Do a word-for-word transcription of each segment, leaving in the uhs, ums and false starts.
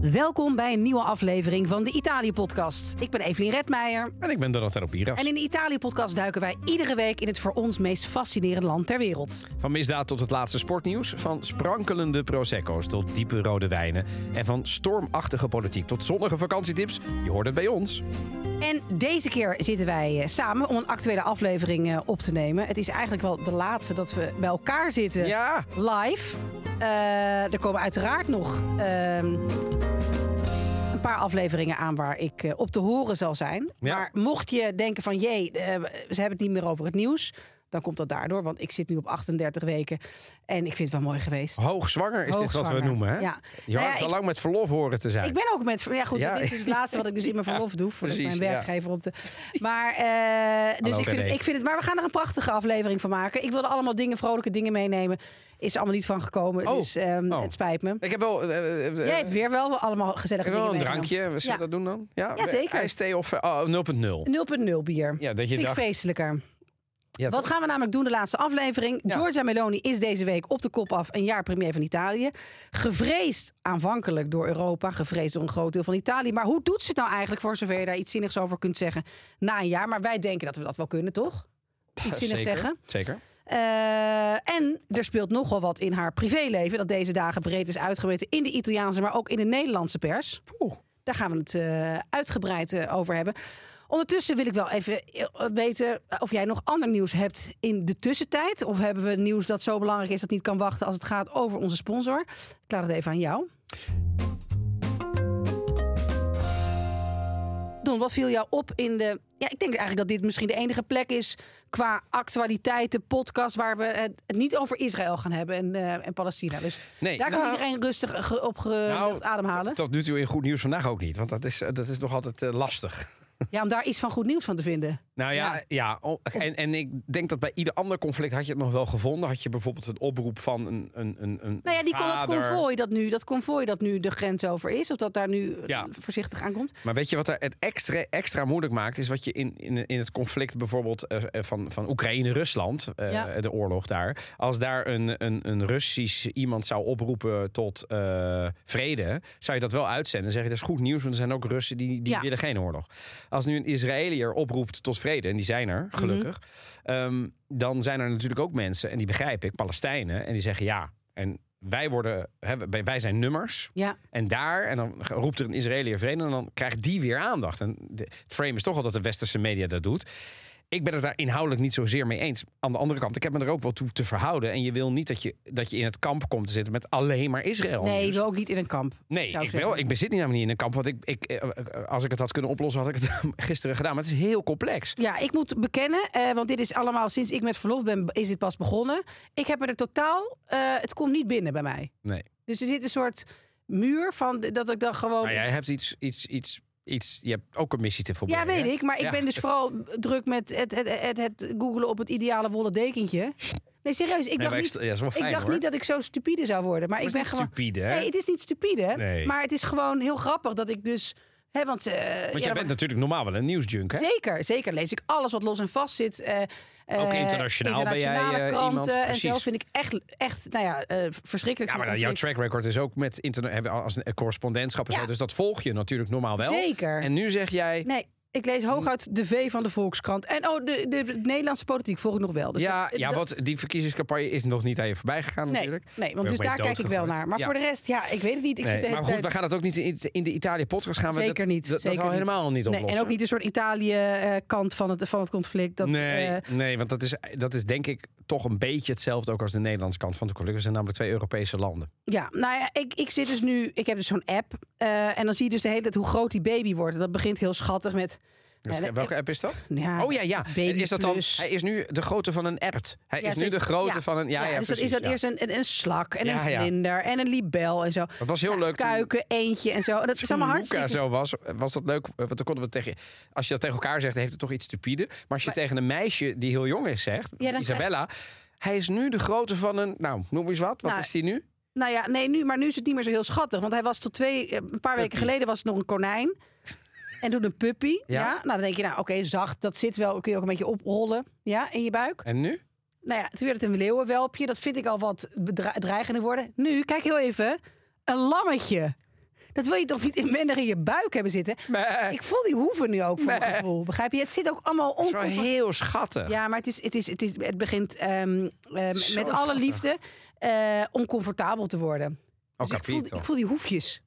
Welkom bij een nieuwe aflevering van de Italië-podcast. Ik ben Evelien Redmeijer. En ik ben Donatello Piras. En in de Italië-podcast duiken wij iedere week in het voor ons meest fascinerende land ter wereld. Van misdaad tot het laatste sportnieuws, van sprankelende prosecco's tot diepe rode wijnen en van stormachtige politiek tot zonnige vakantietips. Je hoort het bij ons. En deze keer zitten wij samen om een actuele aflevering op te nemen. Het is eigenlijk wel de laatste dat we bij elkaar zitten Ja. live. Uh, er komen uiteraard nog uh, een paar afleveringen aan waar ik uh, op te horen zal zijn. Ja. Maar mocht je denken van jee, uh, ze hebben het niet meer over het nieuws, dan komt dat daardoor. Want ik zit nu op achtendertig weken en ik vind het wel mooi geweest. Hoogzwanger is dit wat we noemen, hè? Ja. Je nou had ja, al lang met verlof horen te zijn. Ik ben ook met... Ja goed, ja. Dit is het laatste wat ik dus in mijn verlof doe. Voordat ik mijn werkgever ja. op de... Maar, uh, dus ik vind, het, ik vind het... Maar we gaan er een prachtige aflevering van maken. Ik wilde allemaal dingen, vrolijke dingen meenemen. Is er allemaal niet van gekomen, oh. dus um, oh. het spijt me. Ik heb wel... Uh, uh, Jij hebt weer wel allemaal gezellige dingen meegenomen. Ik heb wel een drankje. Zullen we ja. dat doen dan? Ja, ja zeker. IJsthee of uh, nul punt nul? nul punt nul bier. Ja, dat je vind dacht... ik feestelijker. Ja, Wat gaan we namelijk doen de laatste aflevering? Ja. Giorgia Meloni is deze week op de kop af een jaar premier van Italië. Gevreesd aanvankelijk door Europa, gevreesd door een groot deel van Italië. Maar hoe doet ze het nou eigenlijk, voor zover je daar iets zinnigs over kunt zeggen, na een jaar? Maar wij denken dat we dat wel kunnen, toch? Iets zinnigs zeker, zeggen. Zeker. Uh, en er speelt nogal wat in haar privéleven dat deze dagen breed is uitgemeten in de Italiaanse, maar ook in de Nederlandse pers. Oeh. Daar gaan we het uh, uitgebreid uh, over hebben. Ondertussen wil ik wel even weten of jij nog ander nieuws hebt in de tussentijd. Of hebben we nieuws dat zo belangrijk is dat niet kan wachten als het gaat over onze sponsor. Ik laat het even aan jou. Don, wat viel jou op in de... Ja, ik denk eigenlijk dat dit misschien de enige plek is qua actualiteiten, podcast, waar we het niet over Israël gaan hebben en, uh, en Palestina. Dus nee, daar kan nou, iedereen rustig ge, op ge, nou, ademhalen. Tot nu toe in goed nieuws vandaag ook niet, want dat is, dat is nog altijd uh, lastig. Ja, om daar iets van goed nieuws van te vinden. Nou ja, ja, ja oh, en, en ik denk dat bij ieder ander conflict had je het nog wel gevonden. Had je bijvoorbeeld een oproep van een een een, een Nou ja, die vader. kon het konvooi dat nu, dat konvooi dat nu de grens over is, of dat daar nu ja. voorzichtig aankomt. Maar weet je wat er het extra, extra moeilijk maakt, is wat je in, in, in het conflict bijvoorbeeld uh, van, van Oekraïne-Rusland, uh, ja. de oorlog daar, als daar een, een, een Russisch iemand zou oproepen tot uh, vrede, zou je dat wel uitzenden en zeggen, dat is goed nieuws, want er zijn ook Russen die, die ja. willen geen oorlog. Als nu een Israëliër oproept tot vrede, en die zijn er, gelukkig, mm-hmm. um, dan zijn er natuurlijk ook mensen, en die begrijp ik, Palestijnen, en die zeggen ja, en wij worden, hè, wij zijn nummers, ja. en daar, en dan roept er een Israëliër vrede, en dan krijgt die weer aandacht. En de, het frame is toch al dat de westerse media dat doet. Ik ben het daar inhoudelijk niet zozeer mee eens. Aan de andere kant, ik heb me er ook wel toe te verhouden. En je wil niet dat je, dat je in het kamp komt te zitten met alleen maar Israël. Nee, je wil ook niet in een kamp. Nee, ik, wil, ik zit niet helemaal niet in een kamp. Want ik, ik, als ik het had kunnen oplossen, had ik het gisteren gedaan. Maar het is heel complex. Ja, ik moet bekennen, uh, want dit is allemaal sinds ik met verlof ben, is dit pas begonnen. Ik heb er totaal, uh, het komt niet binnen bij mij. Nee. Dus er zit een soort muur van dat ik dan gewoon... Maar jij hebt iets... iets, iets Iets, je hebt ook een missie te volbrengen. Ja, weet hè? ik. Maar ik ja. ben dus vooral druk met het, het, het, het googelen op het ideale wollen dekentje. Nee, serieus. Ik dacht, nee, niet, ja, fijn, ik dacht niet dat ik zo stupide zou worden. Maar, maar ik ben gewoon. Stupide, hè? Nee, het is niet stupide. Nee. Maar het is gewoon heel grappig dat ik dus. Hè, want uh, want ja, jij bent maar, natuurlijk normaal wel een nieuwsjunk, hè? Zeker, zeker. Lees ik alles wat los en vast zit. Uh, ook internationaal uh, ben jij uh, kranten iemand, en zo vind ik echt, echt nou ja, uh, verschrikkelijk. Ja, maar nou, jouw track record is ook met internet, als een correspondentschap en ja. zo. Dus dat volg je natuurlijk normaal wel. Zeker. En nu zeg jij... Nee. Ik lees hooguit de V van de Volkskrant. En oh, de, de, de Nederlandse politiek volg ik nog wel. Dus ja, dat, ja, dat... want die verkiezingscampagne is nog niet aan je voorbij gegaan nee, natuurlijk. Nee, want dus daar kijk ik wel naar. Maar ja. voor de rest, ja, ik weet het niet. Ik nee, zit de maar goed, tijd... we gaan het ook niet in, in de Italië-podcast gaan we Zeker dat, niet. Dat, zeker dat al helemaal niet oplossen. Nee, en ook niet een soort Italië-kant van het, van het conflict. Dat, nee, uh... nee, want dat is, dat is denk ik toch een beetje hetzelfde ook als de Nederlandse kant van het conflict. We zijn namelijk twee Europese landen. Ja, nou ja, ik, ik zit dus nu... Ik heb dus zo'n app. Uh, en dan zie je dus de hele tijd hoe groot die baby wordt. En dat begint heel schattig met... Dus ja, welke app is dat? Ja, oh ja, ja. Is dat dan, hij is nu de grootte van een ert. Hij ja, is nu de grootte ja. van een... Ja, ja, ja dus precies, dat is dat ja. eerst een, een, een slak en ja, een vlinder ja. en een libel en zo. Dat was heel ja, leuk. Kuiken, toen, eentje en zo. Dat is allemaal hartstikke... zo was, was dat leuk. Want dan konden we tegen... Als je dat tegen elkaar zegt, heeft het toch iets stupide. Maar als je maar, tegen een meisje die heel jong is zegt, ja, Isabella... Krijg... Hij is nu de grootte van een... Nou, noem eens wat. Wat nou, is die nu? Nou ja, nee, nu, maar nu is het niet meer zo heel schattig. Want hij was tot twee... Een paar Puppy. weken geleden was het nog een konijn. En toen een puppy. Ja. ja. Nou, dan denk je, nou, oké, okay, zacht. Dat zit wel. Kun je ook een beetje oprollen. Ja, in je buik. En nu? Nou ja, toen werd het een leeuwenwelpje. Dat vind ik al wat bedreigender worden. Nu, kijk heel even. Een lammetje. Dat wil je toch niet inwendig in je buik hebben zitten? Nee. Ik voel die hoeven nu ook voor Nee. mijn gevoel. Begrijp je? Het zit ook allemaal Dat is wel oncomfortabel. heel schattig. Ja, maar het, is, het, is, het, is, het begint um, um, Zo met alle schattig. liefde uh, oncomfortabel te worden. Dus Oh, ik, voel, ik voel die hoefjes.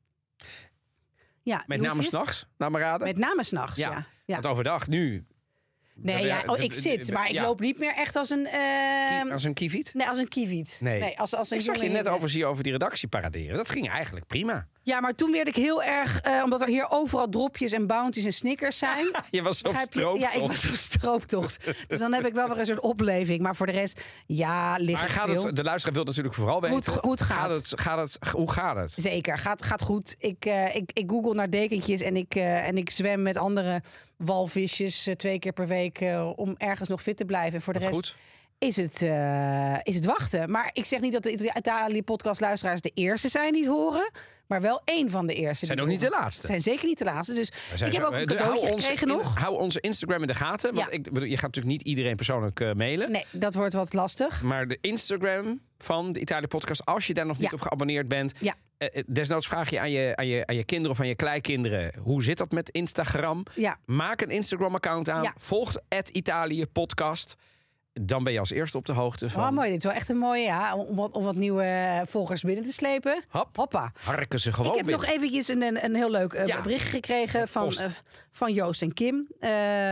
Ja, Met die name hoefjes. s'nachts, naar mijn raden? Met name s'nachts, ja. Ja. ja. ja. Want overdag, nu... Nee, ja, oh, ik zit, maar ik Ja. loop niet meer echt als een... Uh, Als een kieviet? nee, als een kieviet. Nee. nee als, als een Ik zag je jonge net heer. over, zie je over die redactie paraderen. Dat ging eigenlijk prima. Ja, maar toen werd ik heel erg... Uh, omdat er hier overal dropjes en bounties en Snickers zijn. Je was op Begrijp je? strooptocht. Ja, ik was op strooptocht. Dus dan heb ik wel weer een soort opleving. Maar voor de rest, ja, ligt Maar er gaat veel. het, de luisteraar wil natuurlijk vooral weten... Hoe het- hoe het gaat. het, gaat het, hoe gaat het? Zeker, gaat, gaat goed. Ik, uh, ik, ik google naar dekentjes en ik, uh, en ik zwem met andere walvisjes uh, twee keer per week uh, om ergens nog fit te blijven. En voor de Dat is rest goed. is het, uh, is het wachten. Maar ik zeg niet dat de Italië-podcast-luisteraars de eerste zijn die het horen, maar wel één van de eerste. Zijn die ook niet horen. de laatste. Zijn zeker niet de laatste. Dus We zijn ik heb zo- ook een de- cadeautje hou onze gekregen in- nog. Hou onze Instagram in de gaten. Want Ja. ik bedoel, je gaat natuurlijk niet iedereen persoonlijk uh, mailen. Nee, dat wordt wat lastig. Maar de Instagram van de Italië Podcast, als je daar nog niet Ja. op geabonneerd bent, Ja. uh, desnoods vraag je aan je, aan, je aan je kinderen of aan je kleinkinderen, hoe zit dat met Instagram? Ja. Maak een Instagram-account aan. Ja. Volg het Italië Podcast. Dan ben je als eerste op de hoogte van... Oh, mooi. Dit is wel echt een mooie, ja. Om wat, om wat nieuwe volgers binnen te slepen. Hop, Hoppa. harken ze gewoon Ik heb binnen. nog eventjes een, een, een heel leuk uh, Ja. bericht gekregen van, post. uh, van Joost en Kim. Uh,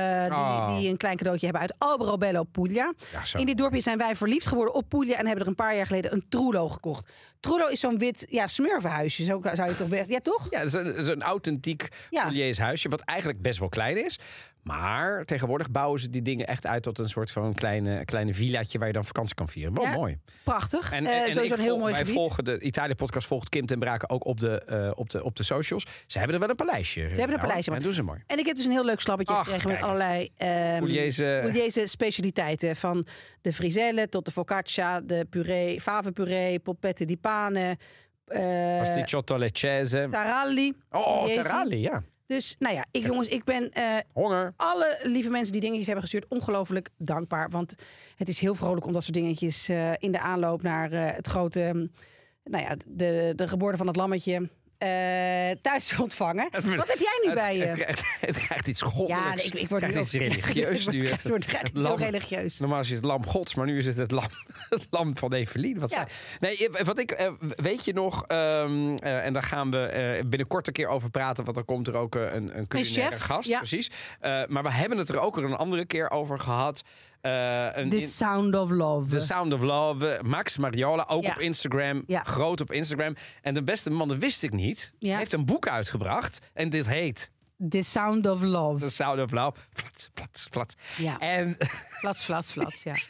Oh. die, die een klein cadeautje hebben uit Alberobello Puglia. Ja, zo. In dit dorpje zijn wij verliefd geworden op Puglia en hebben er een paar jaar geleden een Trullo gekocht. Trullo is zo'n wit ja, smurvenhuisje, zo zou je toch zeggen. Ja, toch? Ja, het is een, het is een authentiek Ja. Pugliese huisje, wat eigenlijk best wel klein is. Maar tegenwoordig bouwen ze die dingen echt uit tot een soort van een kleine, kleine villaatje waar je dan vakantie kan vieren. Wel Ja. mooi. Prachtig. En, Uh, en, en sowieso ik een heel volg- mooi wij gebied. volgen de Italië-podcast volgt Kim ten Braken ook op de, uh, op, de, op de socials. Ze hebben er wel een paleisje. Ze hebben een paleisje, En doen ze mooi. En ik heb dus een heel leuk slappetje Ach, gekregen met kijk eens. allerlei um, Pugliese- Pugliese specialiteiten. Van de friselle tot de focaccia, de puree, favepuree, polpette di pane, uh, Pasticciotto leccese. taralli. Oh, Pugliese. taralli, ja. Dus nou ja, ik, jongens, ik ben uh, Honger. alle lieve mensen die dingetjes hebben gestuurd ongelooflijk dankbaar. Want het is heel vrolijk om dat soort dingetjes uh, in de aanloop naar uh, het grote, um, nou ja, de, de geboorte van het lammetje. Uh, thuis te ontvangen. Wat heb jij nu Het, bij je? het, krijgt, het krijgt iets goddelijks. Ja, ik, ik word het krijgt nu iets ook- religieus Het nu. wordt- het wordt Het echt heel lam- religieus. Normaal is het lam gods, maar nu is het het lam, het lam van Evelien. Wat Ja. fijn. Nee, wat ik, eh, weet je nog, um, uh, en daar gaan we uh, binnenkort een keer over praten, want dan komt er ook uh, een, een culinaire chef, gast. ja. Precies. Uh, maar we hebben het er ook een andere keer over gehad. Uh, een The in- Sound of Love. The Sound of Love, Max Mariola, ook Ja. op Instagram, Ja. groot op Instagram. En de beste man, dat wist ik niet, Ja. heeft een boek uitgebracht. En dit heet The Sound of Love. The Sound of Love. Flats, flats, flats. Ja, En, flats, flats, flats, ja.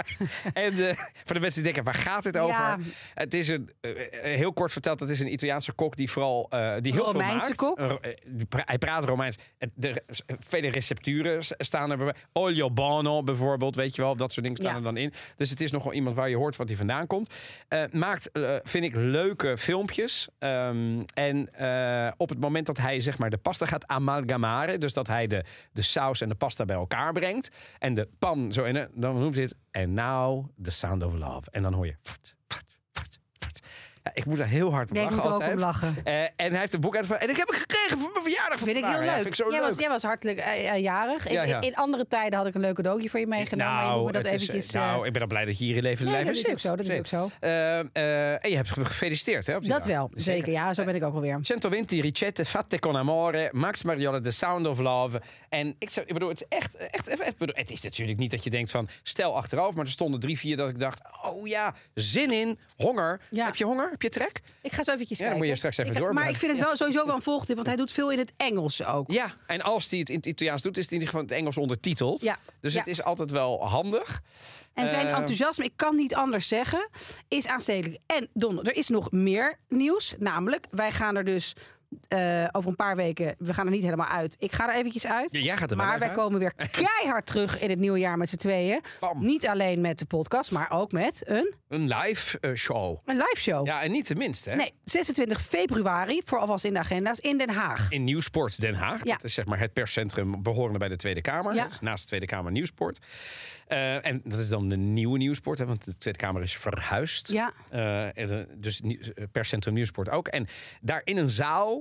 en uh, voor de mensen die denken, waar gaat het over? Ja. Het is een, uh, heel kort verteld, het is een Italiaanse kok die vooral uh, die heel Romeinse veel maakt. kok? Uh, die pra- hij praat Romeins. Het- De, uh, vele recepturen s- staan er bij. Olio bono bijvoorbeeld, weet je wel. Dat soort dingen staan Ja. er dan in. Dus het is nogal iemand waar je hoort wat hij vandaan komt. Uh, maakt, uh, vind ik, leuke filmpjes. Um, en uh, op het moment dat hij zeg maar de pasta gaat amalgamare, dus dat hij de, de saus en de pasta bij elkaar brengt en de pan zo in, dan noemt hij het and now the sound of love. En dan hoor je fart, fart, fart, fart. Ja, ik moet er heel hard om Nee, ik lachen moet er ook altijd. om lachen. Uh, en hij heeft een boek uitgebracht. En ik heb het gekregen voor mijn verjaardag. van Vind ik heel vandaag. Ja, leuk. vind ik zo jij, leuk. Was, jij was hartelijk uh, uh, jarig. Ja, In- ja. In andere tijden had ik een leuk cadeautje voor je meegenomen. maar je moet me dat het is- eventjes... uh, nou, ik ben al blij dat je hier in leven nee, lijf dat is zit. ook zo. Dat is ook zo. Uh, uh, en je hebt gefeliciteerd, hè? Op die Dat dag. wel, zeker. Ja, zo ben ik ook alweer. centoventi ricette fatte con amore, Max Mariola, The Sound of Love. En ik, zou, ik bedoel, het is echt, echt, echt, echt bedoel, het is natuurlijk niet dat je denkt van, stel achterover, maar er stonden drie, vier dat ik dacht, oh ja, zin in, honger. Ja. Heb je honger? Heb je trek? Ik ga zo eventjes Ja, dan kijken. moet je straks even ik, door. Maar ik vind het wel sowieso wel een volgtip, want hij doet veel in het Engels ook. Ja, en als hij het in het Italiaans doet, is het in ieder geval in het Engels ondertiteld. Ja. Dus Ja. het is altijd wel handig. En zijn Eh, enthousiasme, ik kan niet anders zeggen, is aanstekelijk. En Don, er is nog meer nieuws. Namelijk, wij gaan er dus uh, over een paar weken, we gaan er niet helemaal uit. Ik ga er eventjes uit. Ja, jij gaat er wel maar even wij uit. komen weer keihard terug in het nieuwe jaar met z'n tweeën. Bam. Niet alleen met de podcast, maar ook met een, Een live uh, show. een live show. Ja, en niet de minste, hè? Nee, zesentwintig februari, voor alvast in de agenda's, in Den Haag. In Nieuwsport Den Haag. Ja. Dat is zeg maar het perscentrum behorende bij de Tweede Kamer. Ja. Dat is naast de Tweede Kamer Nieuwsport. Uh, en dat is dan de nieuwe Nieuwsport, hè, want de Tweede Kamer is verhuisd. Ja. Uh, en, uh, dus nieuw- perscentrum Nieuwsport ook. En daar in een zaal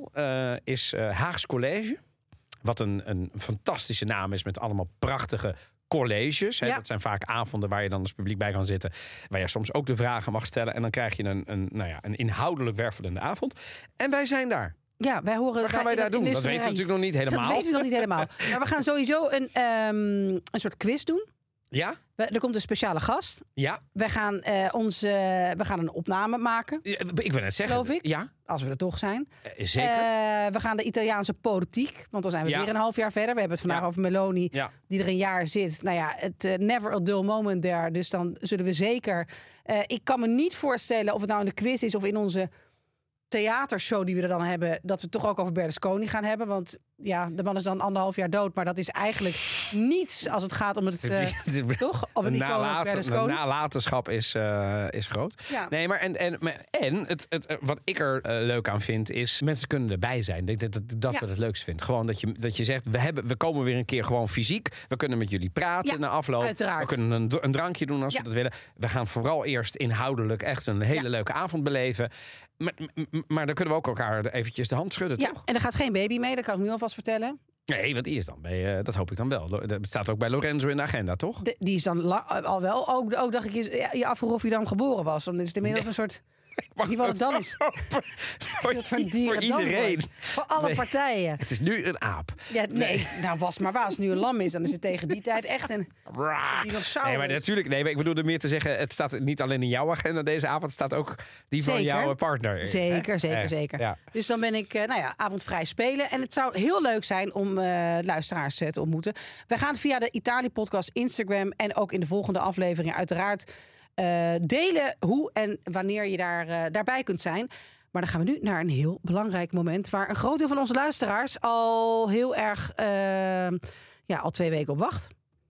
Hotel uh, is uh, Haags College. Wat een, een fantastische naam is met allemaal prachtige colleges. Hè? Ja. Dat zijn vaak avonden waar je dan als publiek bij kan zitten. Waar je soms ook de vragen mag stellen. En dan krijg je een, een, nou ja, een inhoudelijk wervelende avond. En wij zijn daar. Ja, wij horen. Wat gaan wij, wij daar doen? Dat weten we natuurlijk nog niet helemaal. Dat weten we nog niet helemaal. Maar we gaan sowieso een, um, een soort quiz doen. Ja? We, er komt een speciale gast. Ja. Wij gaan, uh, onze, we gaan een opname maken. Ja, ik wil net zeggen. Geloof ik. Ja. Als we er toch zijn. Uh, zeker. Uh, we gaan de Italiaanse politiek. Want dan zijn we ja. weer een half jaar verder. We hebben het vandaag ja. over Meloni. Ja. Die er een jaar zit. Nou ja, het uh, never a dull moment there. Dus dan zullen we zeker... Uh, ik kan me niet voorstellen of het nou in de quiz is of in onze theatershow die we er dan hebben, dat we het toch ook over Berlusconi gaan hebben. Want ja, de man is dan anderhalf jaar dood. Maar dat is eigenlijk niets als het gaat om het, uh, toch? Om het icoon als Berlusconi. De nalatenschap is, uh, is groot. Ja. Nee, maar en, en, en het, het, wat ik er uh, leuk aan vind, is mensen kunnen erbij zijn. Ik denk dat dat, dat ja. we het leukst vinden. Gewoon dat je, dat je zegt, we, hebben, we komen weer een keer gewoon fysiek. We kunnen met jullie praten ja, na afloop. Uiteraard. We kunnen een, een drankje doen als ja. we dat willen. We gaan vooral eerst inhoudelijk echt een hele ja. leuke avond beleven. Maar, maar dan kunnen we ook elkaar eventjes de hand schudden, ja, toch? En er gaat geen baby mee, dat kan ik nu alvast vertellen. Nee, wat die is dan? Bij, uh, dat hoop ik dan wel. Dat staat ook bij Lorenzo in de agenda, toch? De, die is dan la- al wel. Ook, ook dacht ik je, je afvroeg of hij dan geboren was. Dan is het inmiddels nee. een soort... Niet wat het dan is. voor, dat voor, voor iedereen. Voor alle nee. partijen. Het is nu een aap. Ja, nee, nee, nou was maar waar. Als het nu een lam is, dan is het tegen die tijd echt een dinosaurus. Nee, maar natuurlijk. Nee, maar ik bedoelde meer te zeggen, het staat niet alleen in jouw agenda deze avond, het staat ook die van zeker. jouw partner. Zeker, zeker, eh, zeker. Ja. Dus dan ben ik, nou ja, avondvrij spelen. En het zou heel leuk zijn om uh, luisteraars te ontmoeten. We gaan via de Italië-podcast Instagram en ook in de volgende aflevering uiteraard Uh, delen hoe en wanneer je daar, uh, daarbij kunt zijn. Maar dan gaan we nu naar een heel belangrijk moment waar een groot deel van onze luisteraars al heel erg, uh, ja, al twee weken op wacht.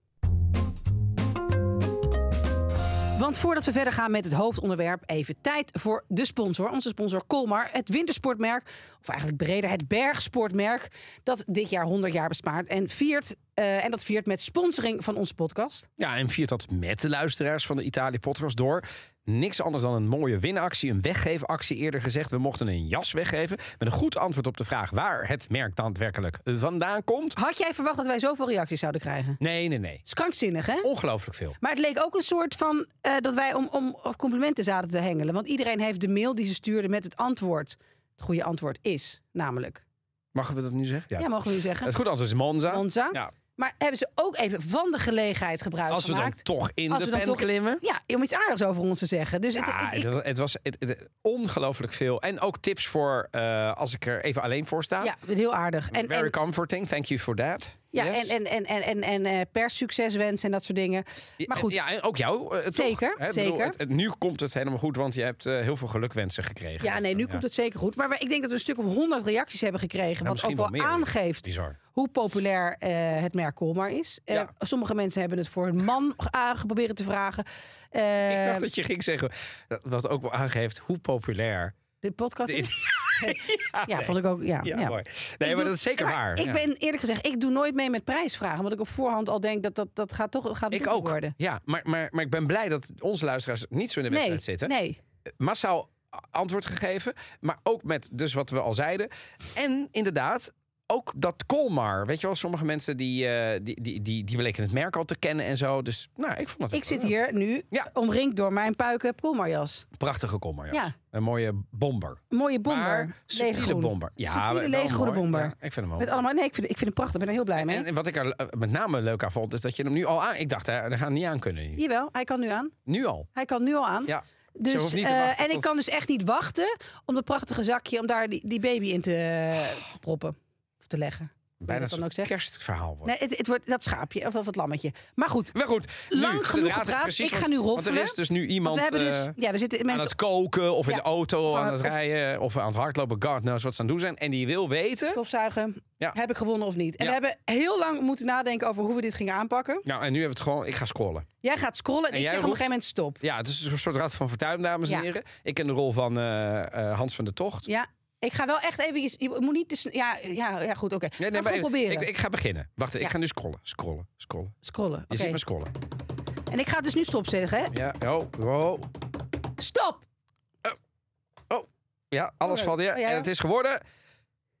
Want voordat we verder gaan met het hoofdonderwerp, even tijd voor de sponsor. Onze sponsor Colmar, het wintersportmerk, of eigenlijk breder het bergsportmerk, dat dit jaar honderd jaar bespaart en viert. Uh, en dat viert met sponsoring van onze podcast. Ja, en viert dat met de luisteraars van de Italië-podcast door. Niks anders dan een mooie winactie, een weggeefactie eerder gezegd. We mochten een jas weggeven met een goed antwoord op de vraag waar het merk daadwerkelijk vandaan komt. Had jij verwacht dat wij zoveel reacties zouden krijgen? Nee, nee, nee. Het is krankzinnig, hè? Ongelooflijk veel. Maar het leek ook een soort van uh, dat wij om, om complimenten zaten te hengelen. Want iedereen heeft de mail die ze stuurde met het antwoord. Het goede antwoord is namelijk... Mogen we dat nu zeggen? Ja, ja mogen we nu zeggen. Het goede antwoord is Monza. Monza. Ja. Maar hebben ze ook even van de gelegenheid gebruik Als we gemaakt. dan toch in Als de we pen toch, klimmen. Ja, om iets aardigs over ons te zeggen. Dus ja, het, het, het, het was het, het, ongelooflijk veel. En ook tips voor uh, als ik er even alleen voor sta. Ja, heel aardig. En, Very en, comforting. Thank you for that. Ja, yes. en, en, en, en, en, en perssucceswens en dat soort dingen. Maar goed. Ja, en ook jou. Uh, zeker, He, zeker. Bedoel, het, het, nu komt het helemaal goed, want je hebt uh, heel veel gelukwensen gekregen. Ja, nee, nu ja. komt het zeker goed. Maar ik denk dat we een stuk of honderd reacties hebben gekregen. Nou, wat ook wel, wel aangeeft Bizar. hoe populair uh, het merk Colmar is. Uh, ja. Sommige mensen hebben het voor een man geprobeerd te vragen. Uh, ik dacht dat je ging zeggen, wat ook wel aangeeft hoe populair... De podcast is? ja, ja nee. vond ik ook. Ja, ja, ja. mooi. Nee, ik maar doe, dat is zeker maar waar. Ik ja. ben eerlijk gezegd, ik doe nooit mee met prijsvragen. Want ik op voorhand al denk dat dat, dat gaat toch gaat ik ook. worden. Ja, maar, maar, maar ik ben blij dat onze luisteraars niet zo in de wedstrijd nee, zitten. Nee. Massaal antwoord gegeven. Maar ook met dus wat we al zeiden. En inderdaad... Ook dat Colmar, weet je wel, sommige mensen die, uh, die, die, die, die bleken het merk al te kennen en zo. Dus nou, ik vond het. Ik zit hier nu ja. omringd door mijn puiken Colmarjas. Prachtige Colmarjas. Ja. Een mooie bomber. Een mooie bomber. Maar subtiele bomber. Ja, subtiele lege groene bomber. Ja, ik vind hem wel. Met allemaal, nee, ik vind, ik vind hem prachtig. Ik ben er heel blij mee. En, en wat ik er met name leuk aan vond, is dat je hem nu al aan. Ik dacht, hè, er gaat niet aan kunnen. Jawel, hij kan nu aan. Nu al. Hij kan nu al aan. Ja. Dus, niet uh, en tot... ik kan dus echt niet wachten om dat prachtige zakje, om daar die, die baby in te, uh, te proppen. Of te leggen. Bijna een kerstverhaal wordt. Nee, het, het wordt dat schaapje of, of het lammetje. Maar goed, maar goed lang nu, genoeg gepraat. Precies, ik ga nu roffelen. Want er is dus nu iemand we dus, uh, ja, er zitten mensen aan het koken of in ja, de auto of aan het of, rijden of aan het hardlopen. God knows wat ze aan het doen zijn. En die wil weten... Stofzuigen, ja. heb ik gewonnen of niet? En ja. we hebben heel lang moeten nadenken over hoe we dit gingen aanpakken. Nou, en nu hebben we het gewoon... Ik ga scrollen. Jij gaat scrollen en, en ik zeg roept, op een gegeven moment stop. Ja, het is een soort Rad van Fortuin, dames en ja. heren. Ik ken de rol van uh, uh, Hans van der Tocht. Ja. Ik ga wel echt even... Je moet niet... Te, ja, ja, ja, goed, oké. Okay. Nee, nee, maar proberen. Ik, ik ga beginnen. Wacht, ja. ik ga nu scrollen. Scrollen, scrollen. Scrollen, Je okay. ziet me scrollen. En ik ga dus nu stop zeggen, hè? Ja, oh, oh. Stop! Oh, oh. Ja, alles oh, valt hier. Oh, ja. En het is geworden...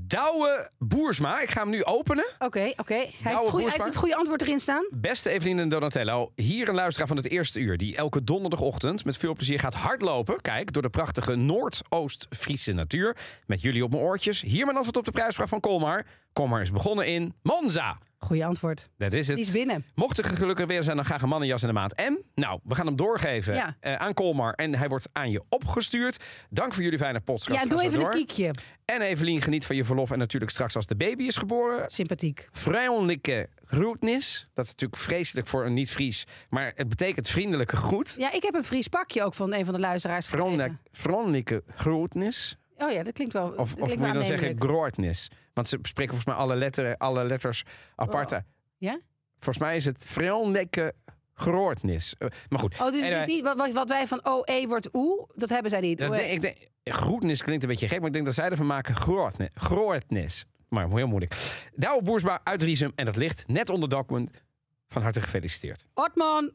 Douwe Boersma. Ik ga hem nu openen. Oké, okay, oké. Okay. Hij, hij heeft het goede antwoord erin staan. Beste Evelien en Donatello. Hier een luisteraar van het eerste uur. Die elke donderdagochtend met veel plezier gaat hardlopen. Kijk, door de prachtige Noordoost-Friese natuur. Met jullie op mijn oortjes. Hier mijn antwoord op de prijsvraag van Colmar. Colmar is begonnen in Monza. Goeie antwoord. Dat is het. Die is binnen. Mocht er gelukkig weer zijn, dan graag een mannenjas in de maand M. Nou, we gaan hem doorgeven ja. uh, aan Colmar. En hij wordt aan je opgestuurd. Dank voor jullie fijne podcast. Ja, doe even door. Een kiekje. En Evelien, geniet van je verlof. En natuurlijk straks als de baby is geboren. Sympathiek. Vriendelijke groetnis. Dat is natuurlijk vreselijk voor een niet-Fries. Maar het betekent vriendelijke groet. Ja, ik heb een Fries pakje ook van een van de luisteraars gekregen. Vriendelijke groetnis. Oh ja, dat klinkt wel. Of, of klinkt moet je dan zeggen grootnis? Want ze spreken volgens mij alle, letter, alle letters apart. Oh. Ja? Volgens mij is het vriendelijke grootnis. Uh, maar goed. Oh, dus, en, uh, dus niet wat, wat wij van O E wordt oe, dat hebben zij niet. Dat denk, ik denk, groetnis klinkt een beetje gek, maar ik denk dat zij ervan maken grootnis. grootnis. Maar heel moeilijk. Douwe Boersma uit Riesum en dat ligt net onder Dakmund. Van harte gefeliciteerd. Otman!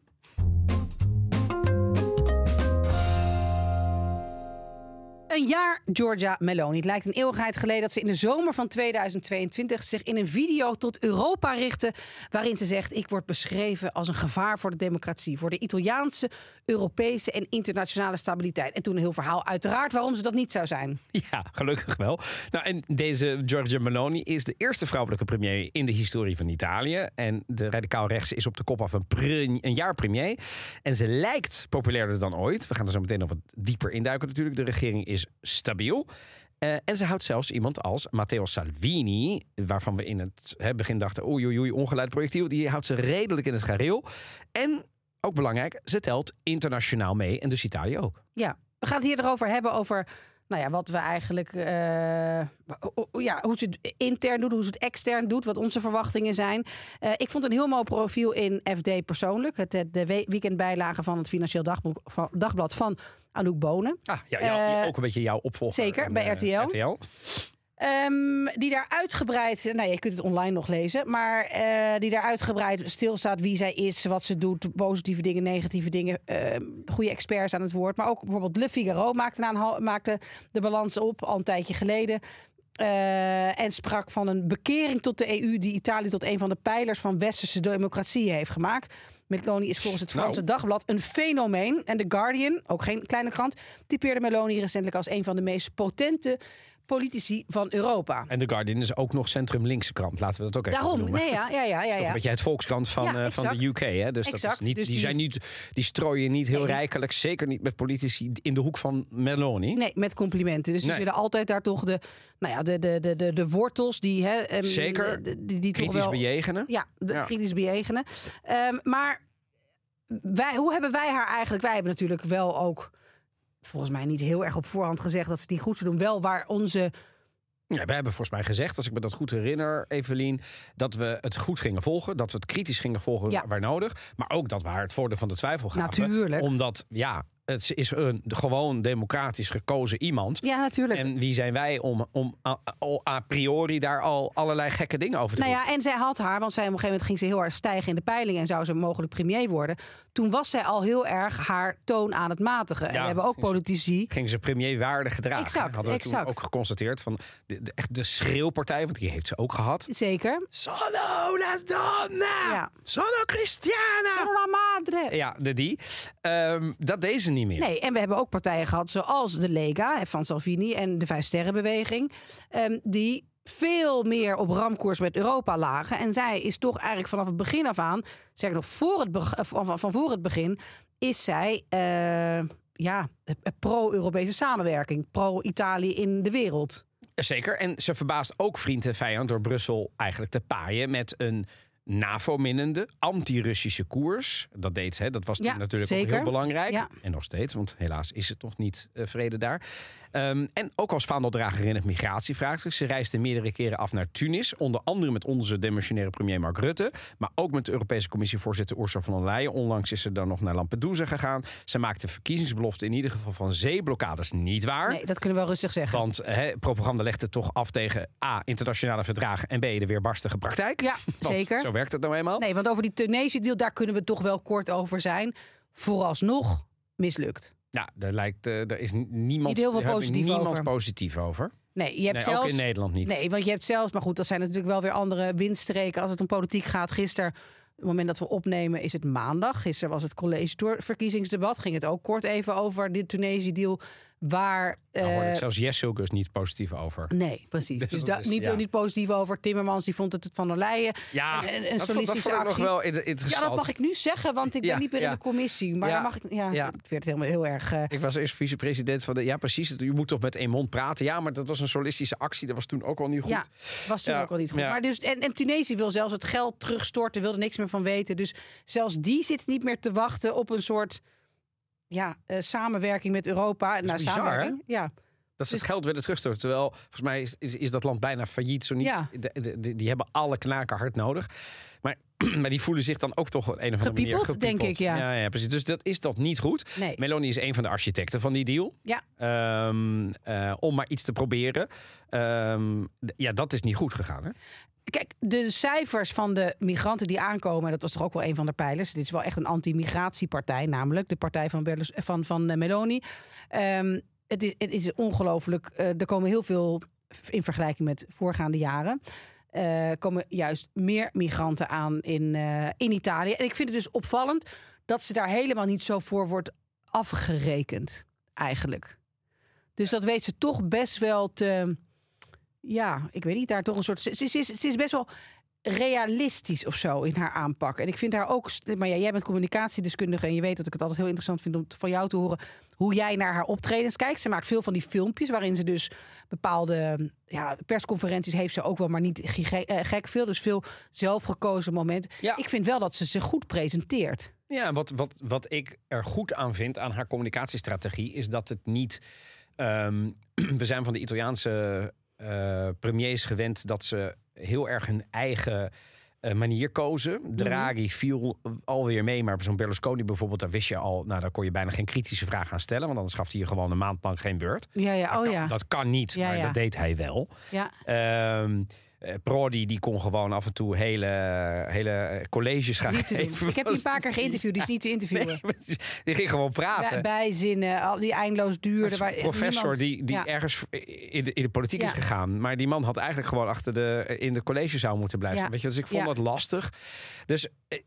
Een jaar Giorgia Meloni. Het lijkt een eeuwigheid geleden dat ze in de zomer van tweeduizend tweeëntwintig zich in een video tot Europa richtte, waarin ze zegt: ik word beschreven als een gevaar voor de democratie, voor de Italiaanse, Europese en internationale stabiliteit. En toen een heel verhaal uiteraard waarom ze dat niet zou zijn. Ja, gelukkig wel. Nou, en deze Giorgia Meloni is de eerste vrouwelijke premier in de historie van Italië. En de radicaal rechtse is op de kop af een, pre- een jaar premier. En ze lijkt populairder dan ooit. We gaan er zo meteen nog wat dieper induiken natuurlijk. De regering is stabiel. Uh, en ze houdt zelfs iemand als Matteo Salvini, waarvan we in het he, begin dachten, oei oei oei, ongeleid projectiel. Die houdt ze redelijk in het gareel. En, ook belangrijk, ze telt internationaal mee en dus Italië ook. Ja, we gaan het hier erover hebben, over nou ja, wat we eigenlijk, uh, ja, hoe ze het intern doet, hoe ze het extern doet, wat onze verwachtingen zijn. Uh, ik vond een heel mooi profiel in F D persoonlijk. Het, de weekendbijlage van het Financieel Dagblad van, dagblad van Anouk Bonen. Ah, ja, jou, uh, ook een beetje jouw opvolger. Zeker, en, bij R T L. Uh, R T L. Um, die daar uitgebreid, nou ja, je kunt het online nog lezen, maar uh, die daar uitgebreid stilstaat wie zij is, wat ze doet, positieve dingen, negatieve dingen, uh, goede experts aan het woord. Maar ook bijvoorbeeld Le Figaro maakte, aan, maakte de balans op al een tijdje geleden. Uh, en sprak van een bekering tot de E U die Italië tot een van de pijlers van westerse democratie heeft gemaakt. Meloni is volgens het Franse nou. Dagblad een fenomeen. En The Guardian, ook geen kleine krant, typeerde Meloni recentelijk als een van de meest potente politici van Europa. En The Guardian is ook nog centrum-linkse krant. Laten we dat ook even Daarom, noemen. Nee, ja, ja, ja, ja, dat is toch een beetje het volkskrant van, ja, uh, van de U K. Hè? Dus, dat is niet, dus die, die, zijn niet, die strooien niet heel nee, rijkelijk. Zeker niet met politici in de hoek van Meloni. Nee, met complimenten. Dus nee. Ze zullen altijd daar toch de, nou ja, de, de, de, de, de wortels die... Hè, um, Zeker. Die, die, die kritisch toch wel, bejegenen. Ja, de, ja. kritisch bejegenen. Um, maar wij, hoe hebben wij haar eigenlijk... Wij hebben natuurlijk wel ook volgens mij niet heel erg op voorhand gezegd dat ze het niet goed zou doen. Wel waar onze... Ja, we hebben volgens mij gezegd, als ik me dat goed herinner, Evelien, dat we het goed gingen volgen. Dat we het kritisch gingen volgen ja. waar nodig. Maar ook dat we haar het voordeel van de twijfel gaven. Natuurlijk. Omdat, ja, het is een gewoon democratisch gekozen iemand. Ja, natuurlijk. En wie zijn wij om, om a, a priori daar al allerlei gekke dingen over te nou doen? Ja, en zij had haar, want zij op een gegeven moment ging ze heel erg stijgen in de peiling en zou ze mogelijk premier worden. Toen was zij al heel erg haar toon aan het matigen. Ja, en we hebben ook politici... Ging ze premierwaardig gedragen. Exact, Hadden we exact. toen ook geconstateerd van de, de, echt de schreeuwpartij, want die heeft ze ook gehad. Zeker. Sono la donna! Ja. Sono Cristiana! Sono la madre! Ja, de die. Um, dat deed ze niet meer. Nee, en we hebben ook partijen gehad zoals de Lega van Salvini en de Vijf Sterrenbeweging, um, die veel meer op ramkoers met Europa lagen. En zij is toch eigenlijk vanaf het begin af aan, zeg ik nog voor het be- van, van voor het begin, is zij uh, ja, pro-Europese samenwerking, pro-Italië in de wereld. Zeker, en ze verbaast ook vriend en vijand door Brussel eigenlijk te paaien met een NAVO-minnende, anti-Russische koers. Dat deed ze, hè. Dat was ja, natuurlijk zeker. ook heel belangrijk. Ja. En nog steeds, want helaas is het nog niet uh, vrede daar. Um, en ook als vaandeldrager in het migratievraagstuk. Ze reisde meerdere keren af naar Tunis. Onder andere met onze demissionaire premier Mark Rutte. Maar ook met de Europese Commissievoorzitter Ursula von der Leyen. Onlangs is ze dan nog naar Lampedusa gegaan. Ze maakte verkiezingsbeloften in ieder geval van zeeblokkades niet waar. Nee, dat kunnen we wel rustig zeggen. Want he, propaganda legt het toch af tegen A, internationale verdragen en B, de weerbarstige praktijk. Ja, zeker. Zo werkt het nou eenmaal. Nee, want over die Tunesië-deal, daar kunnen we toch wel kort over zijn. Vooralsnog mislukt. Ja, daar lijkt, uh, er is niemand, Niet heel veel positief niemand over. positief over. Nee, je hebt nee, zelfs, ook in Nederland niet. Nee, want je hebt zelfs... Maar goed, dat zijn natuurlijk wel weer andere windstreken als het om politiek gaat. Gisteren, op het moment dat we opnemen, is het maandag. Gisteren was het college-verkiezingsdebat. Ging het ook kort even over de Tunesië-deal... Waar, Daar hoorde uh, ik zelfs Jesse Hilgers niet positief over. Nee, precies. Dus, dus da- is, niet, ja. niet positief over. Timmermans die vond het het van der Leyen. Ja, en, en, een dat, vond, dat vond ik nog wel interessant. Ja, dat mag ik nu zeggen, want ik ben ja, niet meer ja. in de commissie. Maar ja. dan mag ik... Ja, ja. Het werd helemaal heel erg... Uh... Ik was eerst vicepresident van de... Ja, precies. Je moet toch met één mond praten. Ja, maar dat was een solistische actie. Dat was toen ook al niet goed. Ja, was toen ja. ook al niet goed. Ja. Maar dus, en, en Tunesië wil zelfs het geld terugstorten. Wilde niks meer van weten. Dus zelfs die zit niet meer te wachten op een soort... Ja, uh, samenwerking met Europa. Dat is nou, bizar, samenwerking. Ja. Dat ze dus... het geld willen terugstorten. Terwijl, volgens mij is, is, is dat land bijna failliet. Zo niet. Ja. De, de, de, die hebben alle knaken hard nodig. Maar, maar die voelen zich dan ook toch op een of andere manier gepiepeld. Denk ik, ja. ja. Ja, precies. Dus dat is toch niet goed. Nee. Meloni is een van de architecten van die deal. Ja. Um, uh, om maar iets te proberen. Um, d- ja, dat is niet goed gegaan, hè? Kijk, de cijfers van de migranten die aankomen... dat was toch ook wel een van de pijlers. Dit is wel echt een anti-migratiepartij, namelijk de partij van, Berlus, van, van uh, Meloni. Um, het is, het is ongelooflijk. Uh, er komen heel veel, in vergelijking met voorgaande jaren... Uh, komen juist meer migranten aan in, uh, in Italië. En ik vind het dus opvallend dat ze daar helemaal niet zo voor wordt afgerekend, eigenlijk. Dus dat weet ze toch best wel te... Ja, ik weet niet, daar toch een soort... Ze, ze, is, ze is best wel realistisch of zo in haar aanpak. En ik vind haar ook... Maar ja, jij bent communicatiedeskundige en je weet dat ik het altijd heel interessant vind om van jou te horen hoe jij naar haar optredens kijkt. Ze maakt veel van die filmpjes waarin ze dus bepaalde ja, persconferenties heeft ze ook wel, maar niet gek veel. Dus veel zelfgekozen momenten. Ja. Ik vind wel dat ze zich goed presenteert. Ja, wat, wat, wat ik er goed aan vind aan haar communicatiestrategie is dat het niet... Um, we zijn van de Italiaanse uh, premiers gewend dat ze heel erg hun eigen uh, manier kozen. Draghi viel alweer mee, maar zo'n Berlusconi bijvoorbeeld, daar wist je al, nou daar kon je bijna geen kritische vraag aan stellen, want anders gaf hij je gewoon een maand lang geen beurt. Ja, ja, oh dat, ja. Kan, dat kan niet, ja, maar ja. dat deed hij wel. Ja. Um, Uh, Prodi die kon gewoon af en toe hele, hele colleges gaan geven. Ik heb die een paar keer geïnterviewd, die is niet te interviewen. Nee, die ging gewoon praten. Bij, bijzinnen, al die eindeloos duurde. Waar professor niemand... die, die ja. ergens in de, in de politiek ja. is gegaan. Maar die man had eigenlijk gewoon achter de, in de collegezaal moeten blijven. Ja. Weet je, dus ik vond ja. dat lastig. Dus...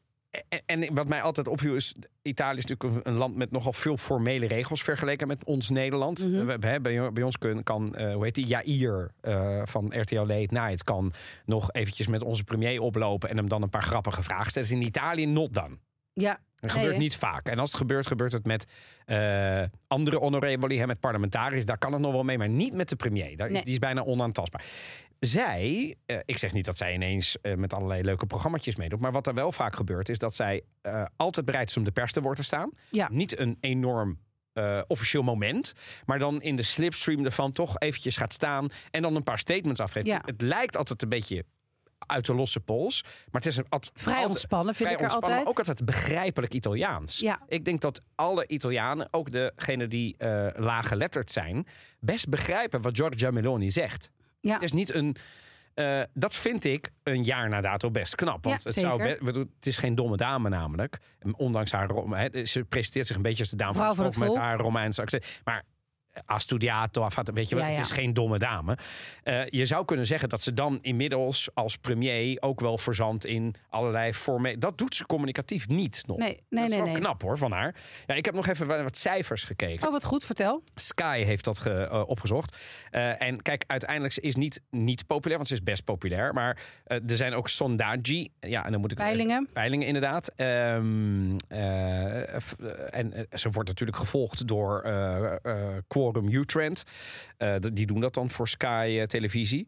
En wat mij altijd opviel is... Italië is natuurlijk een land met nogal veel formele regels... vergeleken met ons Nederland. Mm-hmm. We, bij, bij ons kan, kan uh, hoe heet die, Jair uh, van R T L Late Night... kan nog eventjes met onze premier oplopen... en hem dan een paar grappige vragen stellen. Dus in Italië not done. Ja. Dat gebeurt nee, niet vaak. En als het gebeurt, gebeurt het met uh, andere honorevoli... met parlementariërs, daar kan het nog wel mee... maar niet met de premier. Daar is, nee. Die is bijna onaantastbaar. Zij, uh, ik zeg niet dat zij ineens uh, met allerlei leuke programma's meedoet... maar wat er wel vaak gebeurt is dat zij uh, altijd bereid is om de pers te woord te staan. Ja. Niet een enorm uh, officieel moment, maar dan in de slipstream ervan toch eventjes gaat staan... en dan een paar statements afgeeft. Ja. Het lijkt altijd een beetje uit de losse pols, maar het is een ad, vrij altijd, ontspannen, vind vrij ik er ontspannen, altijd. Ook altijd begrijpelijk Italiaans. Ja. Ik denk dat alle Italianen, ook degenen die uh, laaggeletterd zijn... best begrijpen wat Giorgia Meloni zegt. Ja. Het is niet een... Uh, dat vind ik een jaar na dato best knap. Want ja, het, zou be- bedoel, het is geen domme dame namelijk. Ondanks haar... He, ze presenteert zich een beetje als de dame Vrouw van het volk met vol. haar Romeinse accent. Maar ha studiato, weet je wel, ja, ja. het is geen domme dame. Uh, je zou kunnen zeggen dat ze dan inmiddels als premier ook wel verzandt in allerlei formele... Dat doet ze communicatief niet nog. Nee, nee, dat is nee, wel nee. knap hoor, van haar. Ja, ik heb nog even wat cijfers gekeken. Oh, wat goed, vertel. Sky heeft dat ge, uh, opgezocht. Uh, en kijk, uiteindelijk is niet niet populair, want ze is best populair. Maar uh, er zijn ook sondaggi. Ja, en dan moet ik peilingen. Uh, peilingen, inderdaad. Um, uh, f, uh, en uh, ze wordt natuurlijk gevolgd door uh, uh, Quorum U-Trend. Uh, die doen dat dan voor Sky uh, televisie.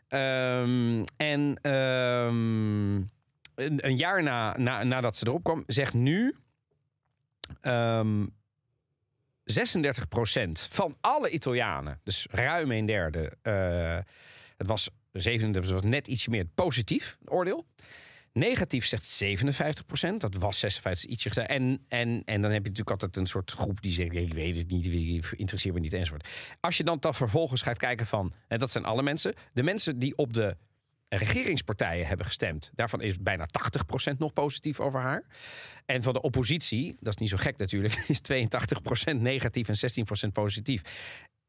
Um, en um, een, een jaar na, na, nadat ze erop kwam, zegt nu... Um, zesendertig procent van alle Italianen, dus ruim een derde, uh, het was zevenendertig, was net ietsje meer positief, oordeel. Negatief zegt zevenenvijftig procent, dat was zesenvijftig, ietsje gezegd. En, en, en dan heb je natuurlijk altijd een soort groep die zegt, ik weet het niet, interesseert me niet, enzovoort. Als je dan, dan vervolgens gaat kijken van, en dat zijn alle mensen, de mensen die op de regeringspartijen hebben gestemd, daarvan is bijna tachtig procent nog positief over haar. En van de oppositie, dat is niet zo gek natuurlijk, is tweeëntachtig procent negatief en zestien procent positief.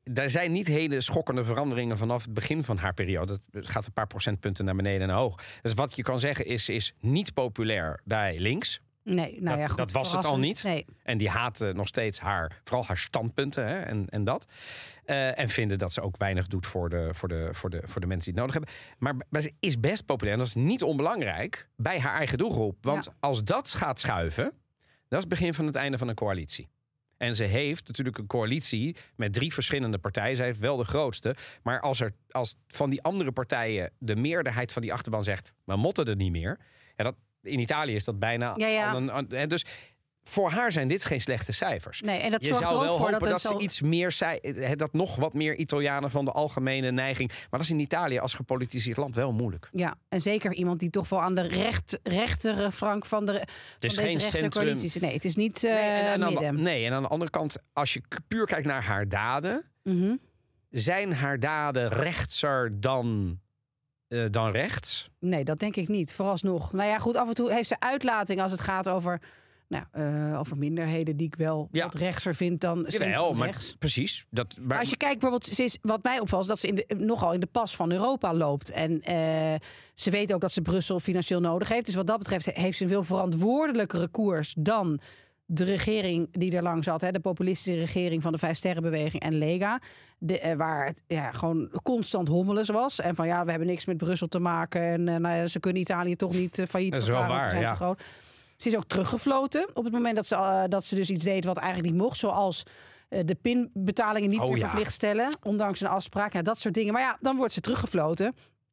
daar zijn niet hele schokkende veranderingen vanaf het begin van haar periode. Het gaat een paar procentpunten naar beneden en naar hoog. Dus wat je kan zeggen is, is niet populair bij links. Nee, nou ja, dat, goed, dat was het al niet. Nee. En die haten nog steeds haar, vooral haar standpunten hè, en, en dat. Uh, en vinden dat ze ook weinig doet voor de, voor, de, voor, de, voor de mensen die het nodig hebben. Maar, maar ze is best populair. En dat is niet onbelangrijk bij haar eigen doelgroep. Want ja. als dat gaat schuiven, dat is het begin van het einde van een coalitie. En ze heeft natuurlijk een coalitie met drie verschillende partijen. Zij heeft wel de grootste. Maar als, er, als van die andere partijen de meerderheid van die achterban zegt, we motten er niet meer. Ja, dat, in Italië is dat bijna... Ja, ja. Al een, en dus voor haar zijn dit geen slechte cijfers. Nee, en dat je zorgt zou er ook wel voor hopen dat, dat het ze zo... iets meer... dat nog wat meer Italianen van de algemene neiging... Maar dat is in Italië als gepolitiseerd land wel moeilijk. Ja, en zeker iemand die toch wel aan de recht, rechtere flank van, de, van deze rechtse coalities... Nee, het is niet uh, nee, en, en midden. De, nee, en aan de andere kant, als je puur kijkt naar haar daden... Mm-hmm. zijn haar daden rechtser dan... Uh, dan rechts? Nee, dat denk ik niet. Vooralsnog. Nou ja, goed, af en toe heeft ze uitlating als het gaat over, nou, uh, over minderheden die ik wel ja. wat rechtser vind dan centrumrechts. Precies. Dat, maar... maar als je kijkt bijvoorbeeld, ze is, wat mij opvalt, is dat ze in de, nogal in de pas van Europa loopt. En uh, ze weet ook dat ze Brussel financieel nodig heeft. Dus wat dat betreft heeft ze een veel verantwoordelijkere koers dan de regering die er lang zat, hè, de populistische regering van de Vijfsterrenbeweging en Lega, de, uh, waar het ja, gewoon constant hommeles was. En van ja, we hebben niks met Brussel te maken en uh, nou ja, ze kunnen Italië toch niet uh, failliet verklaren. Dat is wel waar, ja. Groot. Ze is ook teruggefloten op het moment dat ze, uh, dat ze dus iets deed wat eigenlijk niet mocht, zoals uh, de pinbetalingen niet oh, meer ja. verplicht stellen, ondanks een afspraak. Ja, dat soort dingen. Maar ja, dan wordt ze teruggefloten.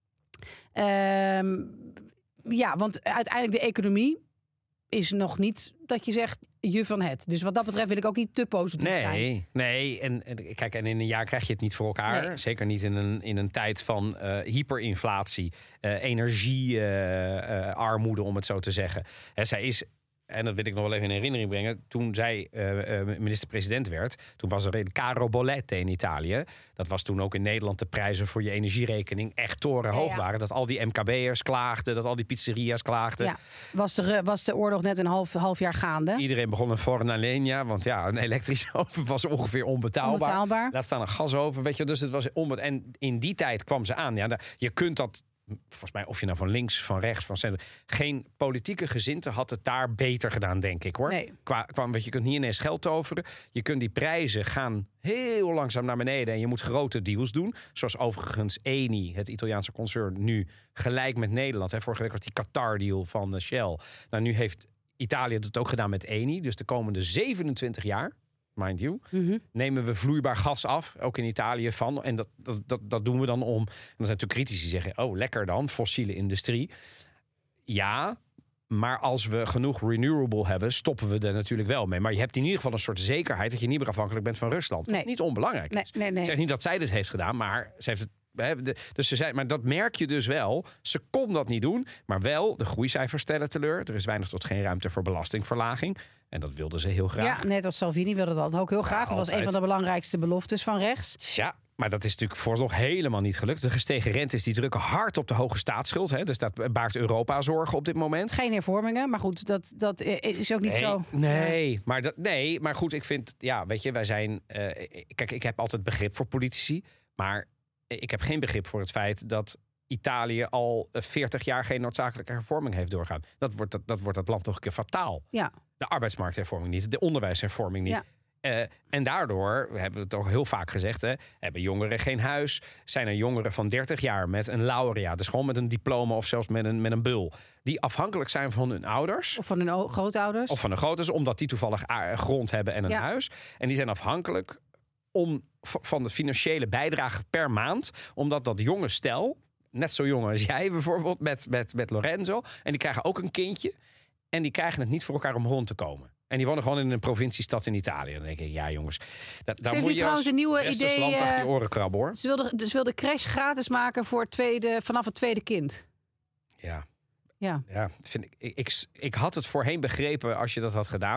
Um, ja, want uiteindelijk de economie is nog niet dat je zegt je van het. Dus wat dat betreft wil ik ook niet te positief nee, zijn. Nee, nee. En, en kijk, en in een jaar krijg je het niet voor elkaar. Nee. Zeker niet in een, in een tijd van uh, hyperinflatie, uh, energiearmoede, uh, uh, om het zo te zeggen. He, zij is, en dat wil ik nog wel even in herinnering brengen, toen zij uh, uh, minister-president werd, toen was er een caro bollette in Italië. Dat was toen ook in Nederland de prijzen voor je energierekening echt torenhoog ja, ja. waren. Dat al die M K B'ers klaagden, dat al die pizzeria's klaagden. Ja. Was, de, was de oorlog net een half, half jaar gaande? Iedereen begon een forno a legna, want ja, een elektrische oven was ongeveer onbetaalbaar. onbetaalbaar. Laat staan een gasoven, weet je, dus het was onbe- En in die tijd kwam ze aan. Ja, je kunt dat, volgens mij, of je nou van links, van rechts, van centrum, geen politieke gezinte had het daar beter gedaan, denk ik, hoor. Nee. Qua, qua, weet je, je kunt niet ineens geld toveren. Je kunt die prijzen gaan heel langzaam naar beneden en je moet grote deals doen. Zoals overigens Eni, het Italiaanse concern, nu gelijk met Nederland. Hè, vorige week was die Qatar-deal van Shell. Nou, nu heeft Italië het ook gedaan met Eni. Dus de komende zevenentwintig jaar, mind you, mm-hmm. nemen we vloeibaar gas af, ook in Italië van. En dat, dat, dat, dat doen we dan om. En dan zijn natuurlijk critici die zeggen, oh, lekker dan, fossiele industrie. Ja, maar als we genoeg renewable hebben, stoppen we er natuurlijk wel mee. Maar je hebt in ieder geval een soort zekerheid dat je niet meer afhankelijk bent van Rusland. Wat nee. niet onbelangrijk is. Nee, nee, nee. Ik zeg niet dat zij dit heeft gedaan, maar ze heeft het. Dus ze zei, maar dat merk je dus wel. Ze kon dat niet doen, maar wel de groeicijfers stellen teleur. Er is weinig tot geen ruimte voor belastingverlaging. En dat wilden ze heel graag. Ja, net als Salvini wilde dat ook heel graag. Ja, dat was een van de belangrijkste beloftes van rechts. Ja, maar dat is natuurlijk vooralsnog helemaal niet gelukt. De gestegen rentes die drukken hard op de hoge staatsschuld. Hè. Dus dat baart Europa zorgen op dit moment. Geen hervormingen, maar goed, dat, dat is ook niet nee, zo. Nee, ja. maar dat, nee, maar goed, ik vind, ja, weet je, wij zijn. Uh, kijk, ik heb altijd begrip voor politici, maar ik heb geen begrip voor het feit dat Italië al veertig jaar geen noodzakelijke hervorming heeft doorgaan. Dat wordt dat, dat wordt dat land toch een keer fataal. Ja. De arbeidsmarkthervorming niet, de onderwijshervorming niet. Ja. Uh, en daardoor, we hebben het ook heel vaak gezegd, hè, hebben jongeren geen huis. Zijn er jongeren van dertig jaar met een laurea, dus gewoon met een diploma of zelfs met een, met een bul, die afhankelijk zijn van hun ouders. Of van hun o- grootouders. Of van hun grootouders, omdat die toevallig grond hebben en een ja. huis. En die zijn afhankelijk om, van de financiële bijdrage per maand. Omdat dat jonge stel, net zo jong als jij bijvoorbeeld, met, met, met Lorenzo. En die krijgen ook een kindje. En die krijgen het niet voor elkaar om rond te komen. En die wonen gewoon in een provinciestad in Italië. Dan denk ik, ja jongens, da- daar moet je trouwens een nieuwe idee. land achter je oren krabben, hoor. Ze wilde, dus wilde crash gratis maken voor het tweede, vanaf het tweede kind. Ja. Ja, ja vind ik, ik, ik, ik had het voorheen begrepen als je dat had gedaan.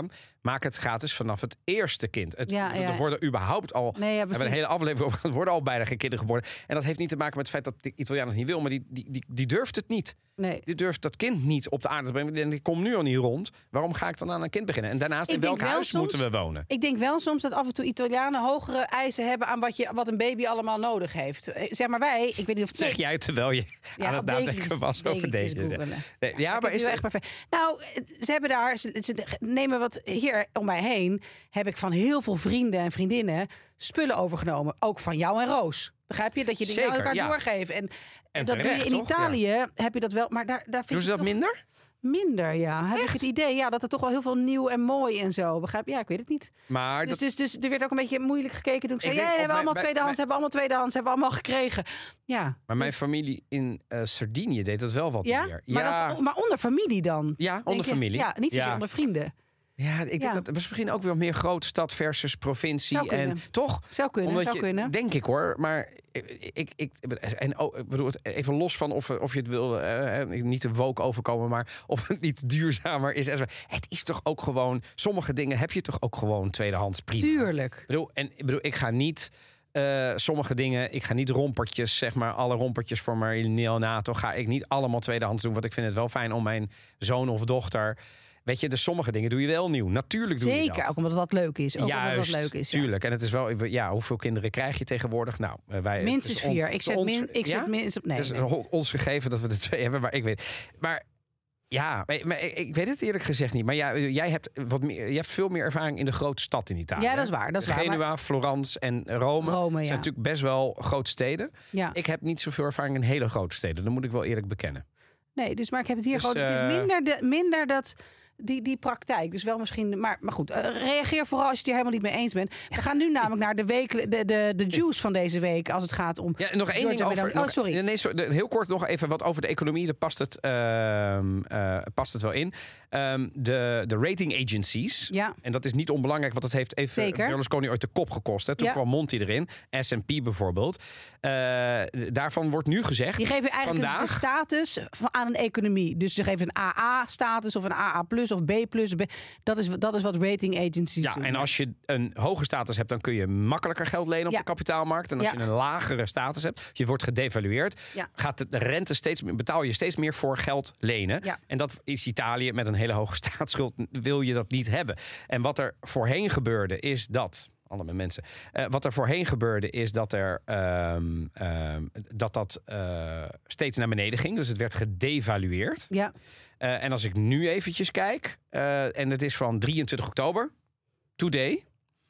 maak het gratis vanaf het eerste kind. Het, Ja, ja. Er worden überhaupt al... Nee, ja, we hebben een hele aflevering over. Er worden al bijna geen kinderen geboren. En dat heeft niet te maken met het feit dat de Italiaan het niet wil. Maar die, die, die, die durft het niet. Nee. Die durft dat kind niet op de aarde te brengen. En ik kom nu al niet rond. Waarom ga ik dan aan een kind beginnen? En daarnaast, Ik in welk denk wel huis soms- moeten we wonen? Ik denk wel soms dat af en toe Italianen hogere eisen hebben aan wat, je, wat een baby allemaal nodig heeft. Eh, Zeg maar wij, ik weet niet of het Zeg jij terwijl je Ja, aan het op nadenken dekentjes- was over dekentjes deze. googelen. Nee, ja, Ik maar heb is nu het echt perfect. Nou, ze hebben daar, ze, ze nemen wat hier om mij heen. Heb ik van heel veel vrienden en vriendinnen spullen overgenomen. Ook van jou en Roos. Begrijp je? Dat je dingen aan Zeker, elkaar ja. doorgeven. En, En dat doe je terecht, in toch? Italië, heb je dat wel. Maar daar, daar vind Doen je ze dat toch minder? minder, ja. Heb ik het idee, ja, dat er toch wel heel veel nieuw en mooi en zo. Begrijp je? Ja, ik weet het niet. Maar Dus, dat, dus, dus er werd ook een beetje moeilijk gekeken toen ik, Ik zei, denk ja, op hebben we mijn- allemaal bij- tweedehands, bij- hebben we allemaal tweedehands, hebben we allemaal gekregen. Ja. maar mijn Dus- familie in eh, Sardinië deed dat wel wat ja? meer. Maar, ja, dan, maar onder familie dan? ja, denk onder je? familie. Ja, niet zozeer Ja. onder vrienden. Ja, ik denk Ja. dat het is misschien ook weer meer grote stad versus provincie. Zou kunnen. En toch? Zou kunnen, Omdat zou je, kunnen. Denk ik hoor. Maar ik, ik, ik, en oh, ik bedoel het even los van of, of je het wil, eh, niet te woke overkomen, maar of het niet duurzamer is. Het is toch ook gewoon, sommige dingen heb je toch ook gewoon tweedehands prima. Tuurlijk. Ik bedoel, en ik bedoel, ik ga niet uh, sommige dingen, ik ga niet rompertjes, zeg maar, alle rompertjes voor mijn neonato ga ik niet allemaal tweedehands doen, want ik vind het wel fijn om mijn zoon of dochter. Weet je, dus sommige dingen doe je wel nieuw. Natuurlijk doe Zeker, je dat. Zeker, ook omdat dat leuk is. Ook Juist, omdat dat leuk is. Ja. Tuurlijk. En het is wel, ja, hoeveel kinderen krijg je tegenwoordig? Nou, wij, minstens on, vier. Ik zet, ons, min, ik ja? zet minstens op. Nee, Het is nee. ons gegeven dat we er twee hebben, maar ik weet. Maar ja, maar, maar ik weet het eerlijk gezegd niet. Maar ja, jij hebt wat meer, je hebt veel meer ervaring in de grote stad in Italië. Ja, dat is waar. Dat is waar Genua, maar... Florence en Rome, Rome ja. zijn natuurlijk best wel grote steden. Ja. Ik heb niet zoveel ervaring in hele grote steden. Dat moet ik wel eerlijk bekennen. Nee, dus maar ik heb het hier Dus, gewoon. Het is uh, minder, de, minder dat. Die, die praktijk. Dus wel misschien. Maar, maar goed, uh, reageer vooral als je het hier helemaal niet mee eens bent. We gaan nu namelijk naar de, week, de, de, de juice van deze week. Als het gaat om. Ja, nog één ding over. Meloni. Oh, sorry. Nog, nee, sorry. Heel kort nog even wat over de economie. Daar past het, uh, uh, past het wel in. Um, de, de rating agencies. Ja. En dat is niet onbelangrijk, want dat heeft even Zeker. Berlusconi ooit de kop gekost. Hè? Toen ja. kwam Monti erin. S en P bijvoorbeeld. Uh, daarvan wordt nu gezegd. Die geven eigenlijk vandaag, een status aan een economie. Dus ze geven een A A-status of een A A plus of B plus. Dat is, dat is wat rating agencies ja, doen. en als je een hoge status hebt, dan kun je makkelijker geld lenen op ja. de kapitaalmarkt. En als ja. je een lagere status hebt, je wordt gedevalueerd, ja. gaat de rente steeds betaal je steeds meer voor geld lenen. Ja. En dat is Italië met een hele hoge staatsschuld, wil je dat niet hebben. En wat er voorheen gebeurde, is dat. Allemaal mensen. Uh, wat er voorheen gebeurde is dat er um, um, dat dat uh, steeds naar beneden ging. Dus het werd gedevalueerd. Ja. Uh, en als ik nu eventjes kijk, uh, en het is van drieëntwintig oktober, today.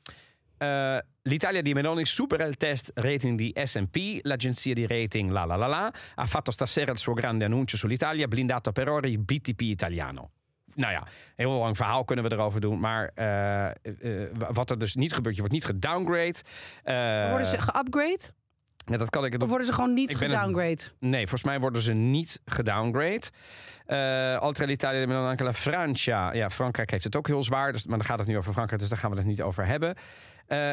Uh, L'Italia di Meloni supera il test rating di S en P, l'agenzia di rating la la la la, ha fatto stasera il suo grande annuncio sull'Italia, blindato per ora il B T P italiano. Nou ja, een heel lang verhaal kunnen we erover doen. Maar uh, uh, wat er dus niet gebeurt, je wordt niet gedowngrade. Uh, worden ze geupgrade? Ja, dat kan ik. Of worden ze gewoon niet gedowngrade? Het, nee, volgens mij worden ze niet gedowngrade. Uh, Oltre l'Italia e anche la Francia. Ja, Frankrijk heeft het ook heel zwaar. Dus, maar dan gaat het nu over Frankrijk, dus daar gaan we het niet over hebben. Uh,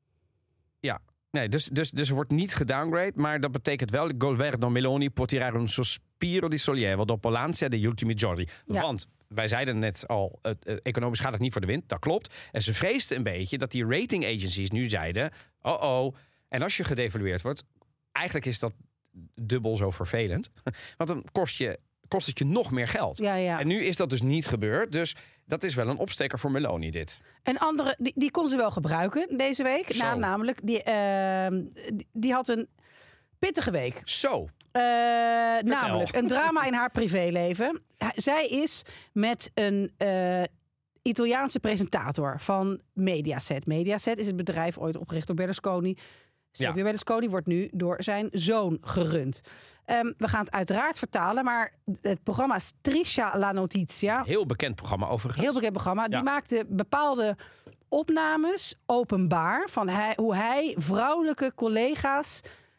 ja. Nee, dus, dus, dus er wordt niet gedowngrade, maar dat betekent wel il governo Meloni può tirare un sospiro di sollievo dopo l'ansia degli ultimi giorni. Ja. Want wij zeiden net al, uh, uh, economisch gaat het niet voor de wind, dat klopt. En ze vreesden een beetje dat die rating agencies nu zeiden, oh oh, en als je gedevalueerd wordt, eigenlijk is dat dubbel zo vervelend. Want dan kost, je, kost het je nog meer geld. Ja, ja. En nu is dat dus niet gebeurd, dus dat is wel een opsteker voor Meloni dit. En andere, die, die kon ze wel gebruiken deze week. Zo. Nou, namelijk, die, uh, die, die had een pittige week. Zo. Uh, namelijk, een drama in haar privéleven. Zij is met een uh, Italiaanse presentator van Mediaset. Mediaset is het bedrijf ooit opgericht door Berlusconi. Silvio ja. Berlusconi wordt nu door zijn zoon gerund. Um, we gaan het uiteraard vertalen, maar het programma Striscia la Notizia. Heel bekend programma overigens. Heel bekend programma. Ja. Die maakte bepaalde opnames openbaar van hij, hoe hij vrouwelijke collega's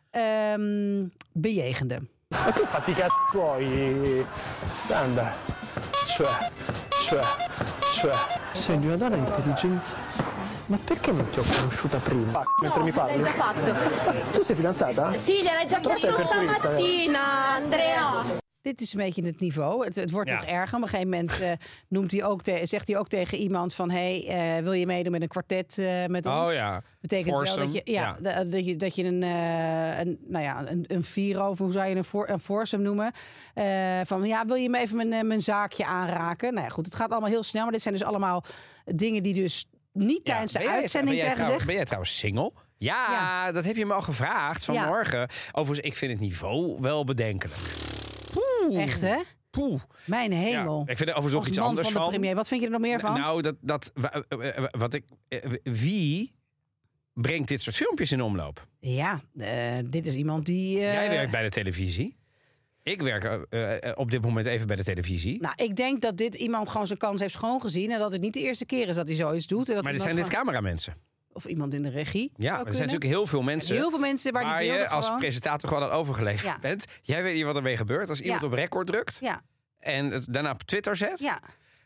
um, bejegende. Ma tu fatti i cazzi tuoi, anda, cioè, cioè, cioè. Sei di una donna intelligente. Ma perché non ti ho conosciuta prima? Mentre mi parli? L'hai già fatto. Tu sei fidanzata? Sì, gliel'hai già chiesto stamattina, Andrea. Dit is een beetje het niveau. Het, het wordt ja. nog erger. Op een gegeven moment uh, noemt hij ook te, zegt hij ook tegen iemand van... hey, uh, wil je meedoen met een kwartet uh, met ons? Oh ja. Betekent Foursome. wel dat je, ja, ja. Dat, je, dat je een, uh, een, nou ja, een, een viro, of hoe zou je een, for, een foursome noemen? Uh, van, ja, wil je me even mijn, mijn zaakje aanraken? Nou ja, goed, het gaat allemaal heel snel. Maar dit zijn dus allemaal dingen die dus niet tijdens ja, de uitzending zijn gezegd. Ben jij trouwens single? Ja, ja, dat heb je me al gevraagd vanmorgen. Ja. Overigens, ik vind het niveau wel bedenkelijk. Poeh. Echt, hè? Poeh. Mijn hemel. Ja, ik vind er overigens nog iets man anders van. De van. Premier. Wat vind je er nog meer van? Nou, dat, dat wat ik, wie brengt dit soort filmpjes in omloop? Ja, uh, dit is iemand die... Uh... Jij werkt bij de televisie. Ik werk uh, op dit moment even bij de televisie. Nou, ik denk dat dit iemand gewoon zijn kans heeft schoongezien... en dat het niet de eerste keer is dat hij zoiets doet. En dat maar er zijn dit gewoon... cameramensen. Of iemand in de regie. Ja, er zijn natuurlijk heel veel mensen. Heel veel mensen waar, waar die je als gewoon... presentator gewoon aan overgeleverd ja. bent. Jij weet niet wat ermee gebeurt. Als iemand ja. op record drukt ja. en het daarna op Twitter zet. Ja,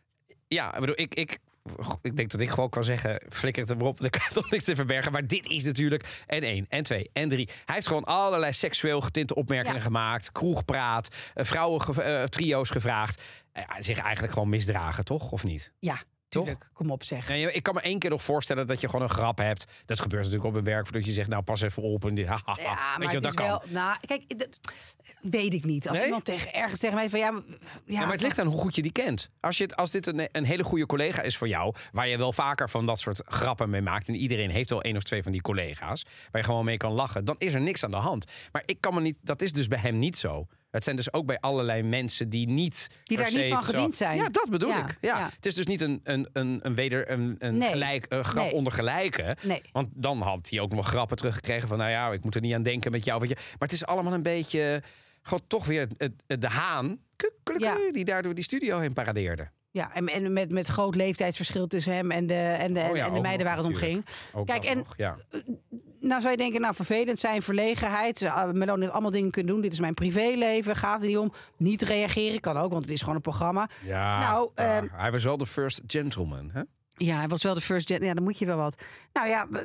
ja ik bedoel, ik, ik, ik denk dat ik gewoon kan zeggen... flikker het erop, er kan toch niks te verbergen. Maar dit is natuurlijk en één, en twee, en drie. Hij heeft gewoon allerlei seksueel getinte opmerkingen ja. gemaakt. Kroegpraat, vrouwen, uh, trio's gevraagd. Uh, zich eigenlijk gewoon misdragen, toch? Of niet? Ja. Tuurlijk, kom op zeg. Nee, ik kan me één keer nog voorstellen dat je gewoon een grap hebt. Dat gebeurt natuurlijk op een werk voordat je zegt, nou pas even op. En dit, ha, ha, ha. Ja, maar weet je, het dat is kan. wel, nou, kijk, dat weet ik niet. Als nee? iemand tegen, ergens tegen mij van ja, ja, ja, maar het ligt aan hoe goed je die kent. Als, je het, als dit een, een hele goede collega is voor jou, waar je wel vaker van dat soort grappen mee maakt, en iedereen heeft wel één of twee van die collega's, waar je gewoon mee kan lachen, dan is er niks aan de hand. Maar ik kan me niet, dat is dus bij hem niet zo. Het zijn dus ook bij allerlei mensen die niet... Die daar niet van gediend zijn. Ja, dat bedoel ja, ik. Ja. Ja. Het is dus niet een, een, een, een weder een, een, nee. gelijk, een grap nee. onder gelijken. Nee. Want dan had hij ook nog grappen teruggekregen van... nou ja, ik moet er niet aan denken met jou. Weet je. Maar het is allemaal een beetje... gewoon toch weer de haan... Ja. die daar door die studio heen paradeerde. Ja, en, en met, met groot leeftijdsverschil tussen hem en de, en de, oh ja, en de meiden waar het om ging. Ook Kijk, en nog, ja. nou zou je denken, nou vervelend zijn, verlegenheid. Meloni heeft allemaal dingen kunnen doen. Dit is mijn privéleven, gaat er niet om. Niet reageren, kan ook, want het is gewoon een programma. Ja, nou, ja. Um, hij was wel de first gentleman, hè? Ja, hij was wel de first gentleman. Ja, dan moet je wel wat. Nou ja, de,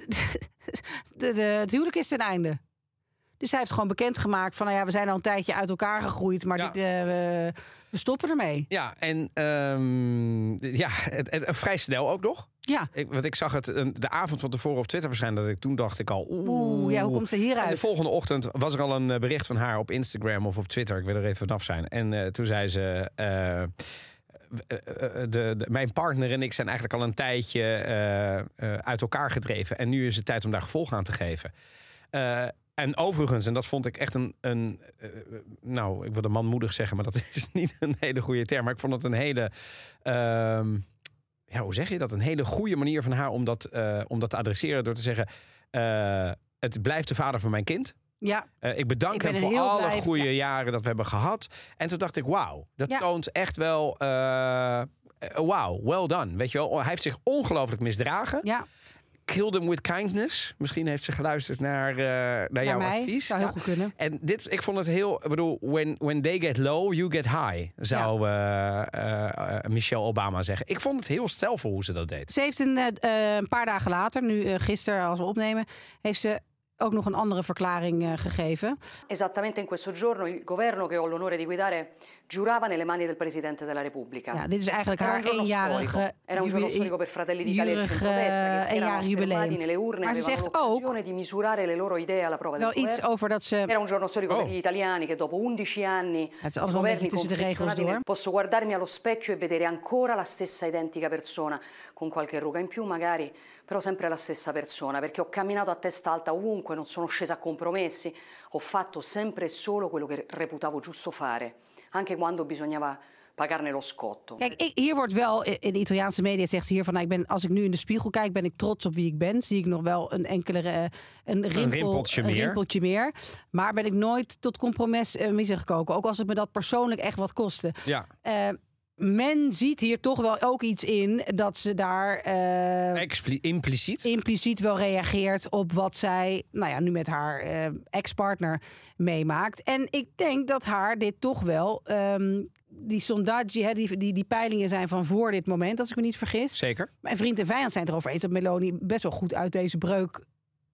de, de, de, het huwelijk is ten einde. Dus hij heeft gewoon bekendgemaakt van, nou ja, we zijn al een tijdje uit elkaar gegroeid, maar ja. dit, uh, we, we stoppen ermee. Ja, en um, ja, het, het, vrij snel ook nog. Ja. Ik, want ik zag het een, de avond van tevoren op Twitter verschijnen, dat ik toen dacht ik al, oeh. Oeh, ja, hoe komt ze hieruit? En de volgende ochtend was er al een bericht van haar op Instagram of op Twitter. Ik wil er even vanaf zijn. En uh, toen zei ze... Uh, De, de, de, mijn partner en ik zijn eigenlijk al een tijdje uh, uh, uit elkaar gedreven. En nu is het tijd om daar gevolg aan te geven. Uh, en overigens, en dat vond ik echt een... een uh, nou, ik wilde manmoedig zeggen, maar dat is niet een hele goede term. Maar ik vond het een hele... Uh, ja, hoe zeg je dat? Een hele goede manier van haar om dat, uh, om dat te adresseren. Door te zeggen, uh, het blijft de vader van mijn kind. Ja. Uh, ik bedank ik hem voor alle blij, goede ja. jaren dat we hebben gehad. En toen dacht ik, wauw, dat ja. toont echt wel... Uh, uh, wauw, well done. Weet je wel, hij heeft zich ongelooflijk misdragen. Ja. Kill them with kindness. Misschien heeft ze geluisterd naar, uh, naar, naar jouw mij. advies. Zou heel ja. goed kunnen. En dit, ik vond het heel... Ik bedoel, when, when they get low, you get high. Zou ja. uh, uh, Michelle Obama zeggen. Ik vond het heel stijlvol hoe ze dat deed. Ze heeft een, uh, een paar dagen later, nu uh, gisteren als we opnemen... heeft ze ook nog een andere verklaring uh, gegeven. Esattamente in questo giorno il governo che ho l'onore di guidare giurava nelle mani del Presidente della Repubblica. Ja, dit is eigenlijk haar eenjarige Era un giorno storico per Fratelli d'Italia e Centrodestra che si erano affermati nelle urne maar e avevano l'occasione di misurare le loro idee alla prova del governo. Iets over dat ze... Era un giorno storico oh. per gli italiani che dopo undici anni het is alles wel een beetje tussen de regels door. Posso guardarmi allo specchio e vedere ancora la stessa identica persona con qualche ruga in più magari, però sempre la stessa persona, perché ho camminato a testa alta ovunque, non sono scesa a compromessi, ho fatto sempre e solo quello che reputavo giusto fare, anche quando bisognava pagarne lo scotto. Kijk, ik, hier wordt wel, in de Italiaanse media zegt ze hier van, nou, ik ben, als ik nu in de spiegel kijk, ben ik trots op wie ik ben. Zie ik nog wel een enkele, uh, een, rimpel, een, rimpeltje, een meer. rimpeltje meer. Maar ben ik nooit tot compromis uh, gekomen. Ook als het me dat persoonlijk echt wat kostte. Ja. Uh, Men ziet hier toch wel ook iets in dat ze daar uh, Expli- impliciet. impliciet wel reageert op wat zij, nou ja, nu met haar uh, ex-partner meemaakt. En ik denk dat haar dit toch wel, um, die sondaggi, hè, die, die, die peilingen zijn van voor dit moment, als ik me niet vergis. Zeker. Mijn vriend en vijand zijn het erover eens dat Meloni best wel goed uit deze breuk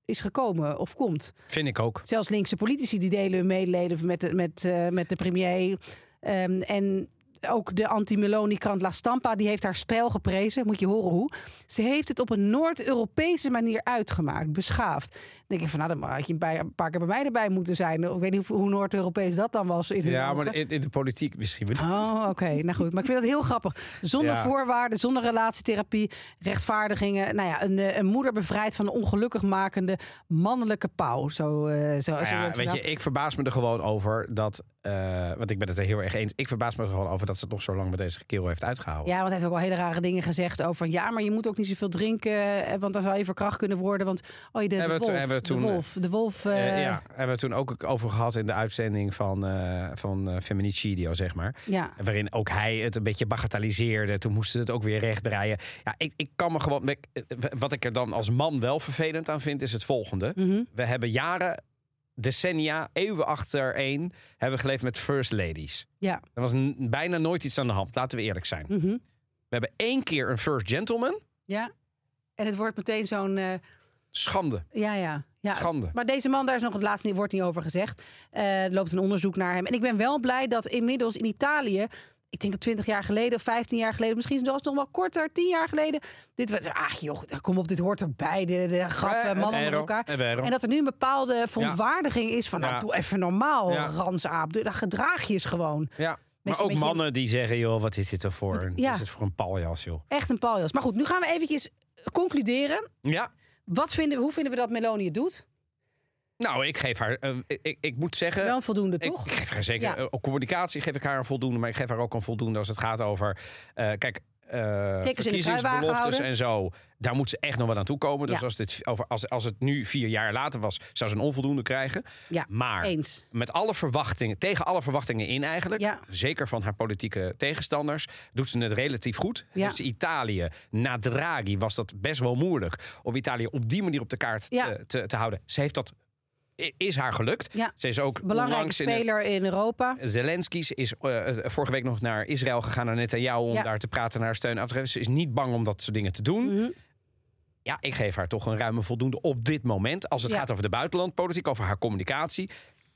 is gekomen of komt. Vind ik ook. Zelfs linkse politici die delen hun medelijden met de, met, uh, met de premier. Um, en ook de anti-Meloni-krant La Stampa, die heeft haar stijl geprezen. Moet je horen hoe. Ze heeft het op een Noord-Europese manier uitgemaakt. Beschaafd. Dan denk ik van, nou, dan had je een paar, een paar keer bij mij erbij moeten zijn. Ik weet niet hoe, hoe Noord-Europees dat dan was. In hun ja, ogen. maar in, in de politiek misschien. Oh, oké. Okay. Nou goed. Maar ik vind het heel grappig. Zonder ja. voorwaarden, zonder relatietherapie, rechtvaardigingen. Nou ja, een, een moeder bevrijd van een ongelukkig makende mannelijke pauw. Zo, uh, zo, nou ja, zo weet je, ik verbaas me er gewoon over dat... Uh, want ik ben het er heel erg eens. Ik verbaas me er gewoon over dat ze het nog zo lang met deze kerel heeft uitgehouden. Ja, want hij heeft ook al hele rare dingen gezegd over... ja, maar je moet ook niet zoveel drinken, want dan zou je verkracht kunnen worden. Want oh, de, de, hebben wolf, hebben toen, de wolf, de wolf... Uh... Uh, ja, hebben we toen ook over gehad in de uitzending van, uh, van uh, Feminicidio, zeg maar. Ja. Waarin ook hij het een beetje bagatelliseerde. Toen moesten ze het ook weer rechtbreien. Ja, ik, ik kan me gewoon... Wat ik er dan als man wel vervelend aan vind, is het volgende. Mm-hmm. We hebben jaren... decennia, eeuwen achtereen, hebben we geleefd met first ladies. Ja. Er was n- bijna nooit iets aan de hand, laten we eerlijk zijn. Mm-hmm. We hebben één keer een first gentleman. Ja. En het wordt meteen zo'n... Uh... Schande. Ja, ja. ja. Schande. Maar deze man, daar is nog het laatste wordt niet over gezegd. Uh, er loopt een onderzoek naar hem. En ik ben wel blij dat inmiddels in Italië... Ik denk dat twintig jaar geleden of vijftien jaar geleden... misschien zelfs nog wel korter, tien jaar geleden... Dit was, ach joh, kom op, dit hoort erbij. De, de grappen, Eh, mannen onder elkaar. En dat er nu een bepaalde verontwaardiging is van... nou, Ja. doe even normaal, Ja. ransaap. Dat gedraag je eens gewoon. Ja. Maar je- ook met je- mannen die zeggen, joh, wat is dit er voor? Wat ja. is het voor een paljas, joh? Echt een paljas. Maar goed, nu gaan we eventjes concluderen. Ja. Wat vinden, hoe vinden we dat Meloni het doet? Nou, ik geef haar... Uh, ik, ik, ik moet zeggen... Wel een voldoende, Ik, toch? ik geef haar zeker... Ja. uh, op communicatie geef ik haar een voldoende... maar ik geef haar ook een voldoende als het gaat over... Uh, kijk... Uh, verkiezingsbeloftes houden. en zo, daar moet ze echt nog wat aan toe komen. Dus Ja. als, dit, over, als, als het nu vier jaar later was, zou ze een onvoldoende krijgen. Ja, maar eens. met alle verwachtingen, tegen alle verwachtingen in eigenlijk, Ja. zeker van haar politieke tegenstanders, doet ze het relatief goed. Ja. Heeft ze Italië, na Draghi was dat best wel moeilijk om Italië op die manier op de kaart Ja. te, te, te houden. Ze heeft dat... is haar gelukt. Ja. Ze is ook Belangrijke onlangs in het- speler in Europa. Zelensky is uh, vorige week nog naar Israël gegaan, naar Netanyahu, om Ja. daar te praten en haar steun af te geven. Ze is niet bang om dat soort dingen te doen. Mm-hmm. Ja, ik geef haar toch een ruime voldoende op dit moment. Als het Ja. gaat over de buitenlandpolitiek, over haar communicatie.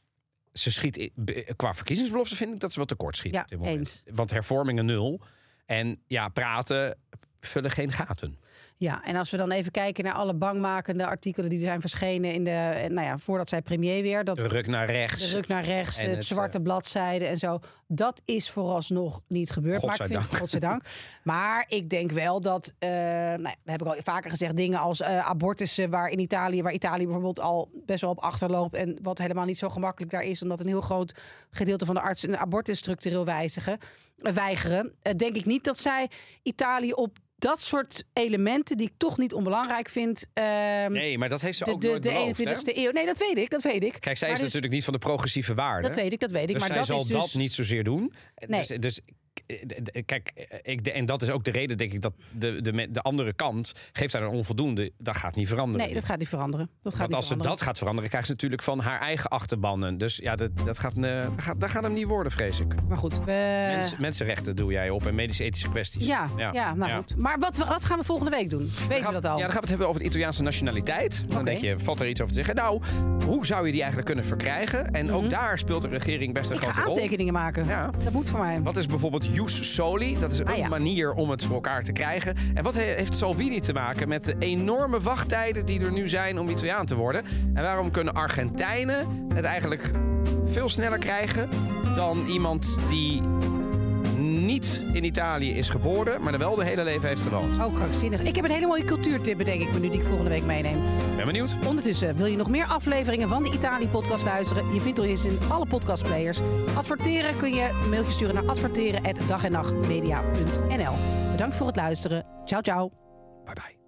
Ze schiet in- be- qua verkiezingsbelofte vind ik dat ze wat tekort schiet Ja, op dit moment. eens. Want hervormingen nul. En ja, praten vullen geen gaten. Ja, en als we dan even kijken naar alle bangmakende artikelen die er zijn verschenen in de, nou ja, voordat zij premier weer, dat De ruk naar rechts. de ruk naar rechts, En het, het, zwarte bladzijde en zo, dat is vooralsnog niet gebeurd. Maar ik vind, Godzijdank. godzijdank. Maar ik denk wel dat, uh, nou, dat heb ik al vaker gezegd, dingen als uh, abortussen, waar in Italië, waar Italië bijvoorbeeld al best wel op achterloopt en wat helemaal niet zo gemakkelijk daar is, omdat een heel groot gedeelte van de artsen een abortus structureel wijzigen, uh, weigeren, uh, denk ik niet dat zij Italië op dat soort elementen die ik toch niet onbelangrijk vind. Uh, Nee, maar dat heeft ze de, ook de, nooit de beloofd, hè? eenentwintigste eeuw. Nee, dat weet ik, dat weet ik. Kijk, zij Maar is dus- natuurlijk niet van de progressieve waarden. Dat weet ik, dat weet ik. Dus maar zij dat zal is dus... dat niet zozeer doen. Nee. Dus, dus kijk, ik, en dat is ook de reden, denk ik, dat de, de, de andere kant geeft haar een onvoldoende. Dat gaat niet veranderen. Nee, dat gaat niet veranderen. Dat gaat Want niet als ze veranderen. dat gaat veranderen, krijgt ze natuurlijk van haar eigen achterbannen. Dus ja, dat, dat, gaat, uh, dat, gaat, dat gaat hem niet worden, vrees ik. Maar goed, we... Mens, mensenrechten doe jij op en medische-ethische kwesties. Ja, ja, nou goed. Maar wat, wat gaan we volgende week doen? Weten we dat al? Ja, dan gaan we het hebben over de Italiaanse nationaliteit. Dan Oké. denk je, valt er iets over te zeggen? Nou, hoe zou je die eigenlijk kunnen verkrijgen? En Mhm. ook daar speelt de regering best een Ik ga grote rol. aantekeningen maken. Ja. Dat moet voor mij. Wat is bijvoorbeeld jus soli? Dat is Ah, een ja. manier om het voor elkaar te krijgen. En wat he- heeft Salvini te maken met de enorme wachttijden die er nu zijn om Italiaan te worden? En waarom kunnen Argentijnen het eigenlijk veel sneller krijgen dan iemand die niet in Italië is geboren, maar er wel de hele leven heeft gewoond? Oh, krankzinnig. Ik heb een hele mooie cultuurtip, bedenk ik me nu, die ik volgende week meeneem. Ben benieuwd. Ondertussen, wil je nog meer afleveringen van de Italië-podcast luisteren? Je vindt ons in alle podcastplayers. Adverteren kun je een mailtje sturen naar adverteren at dag en nacht media punt n l. Bedankt voor het luisteren. Ciao, ciao. Bye bye.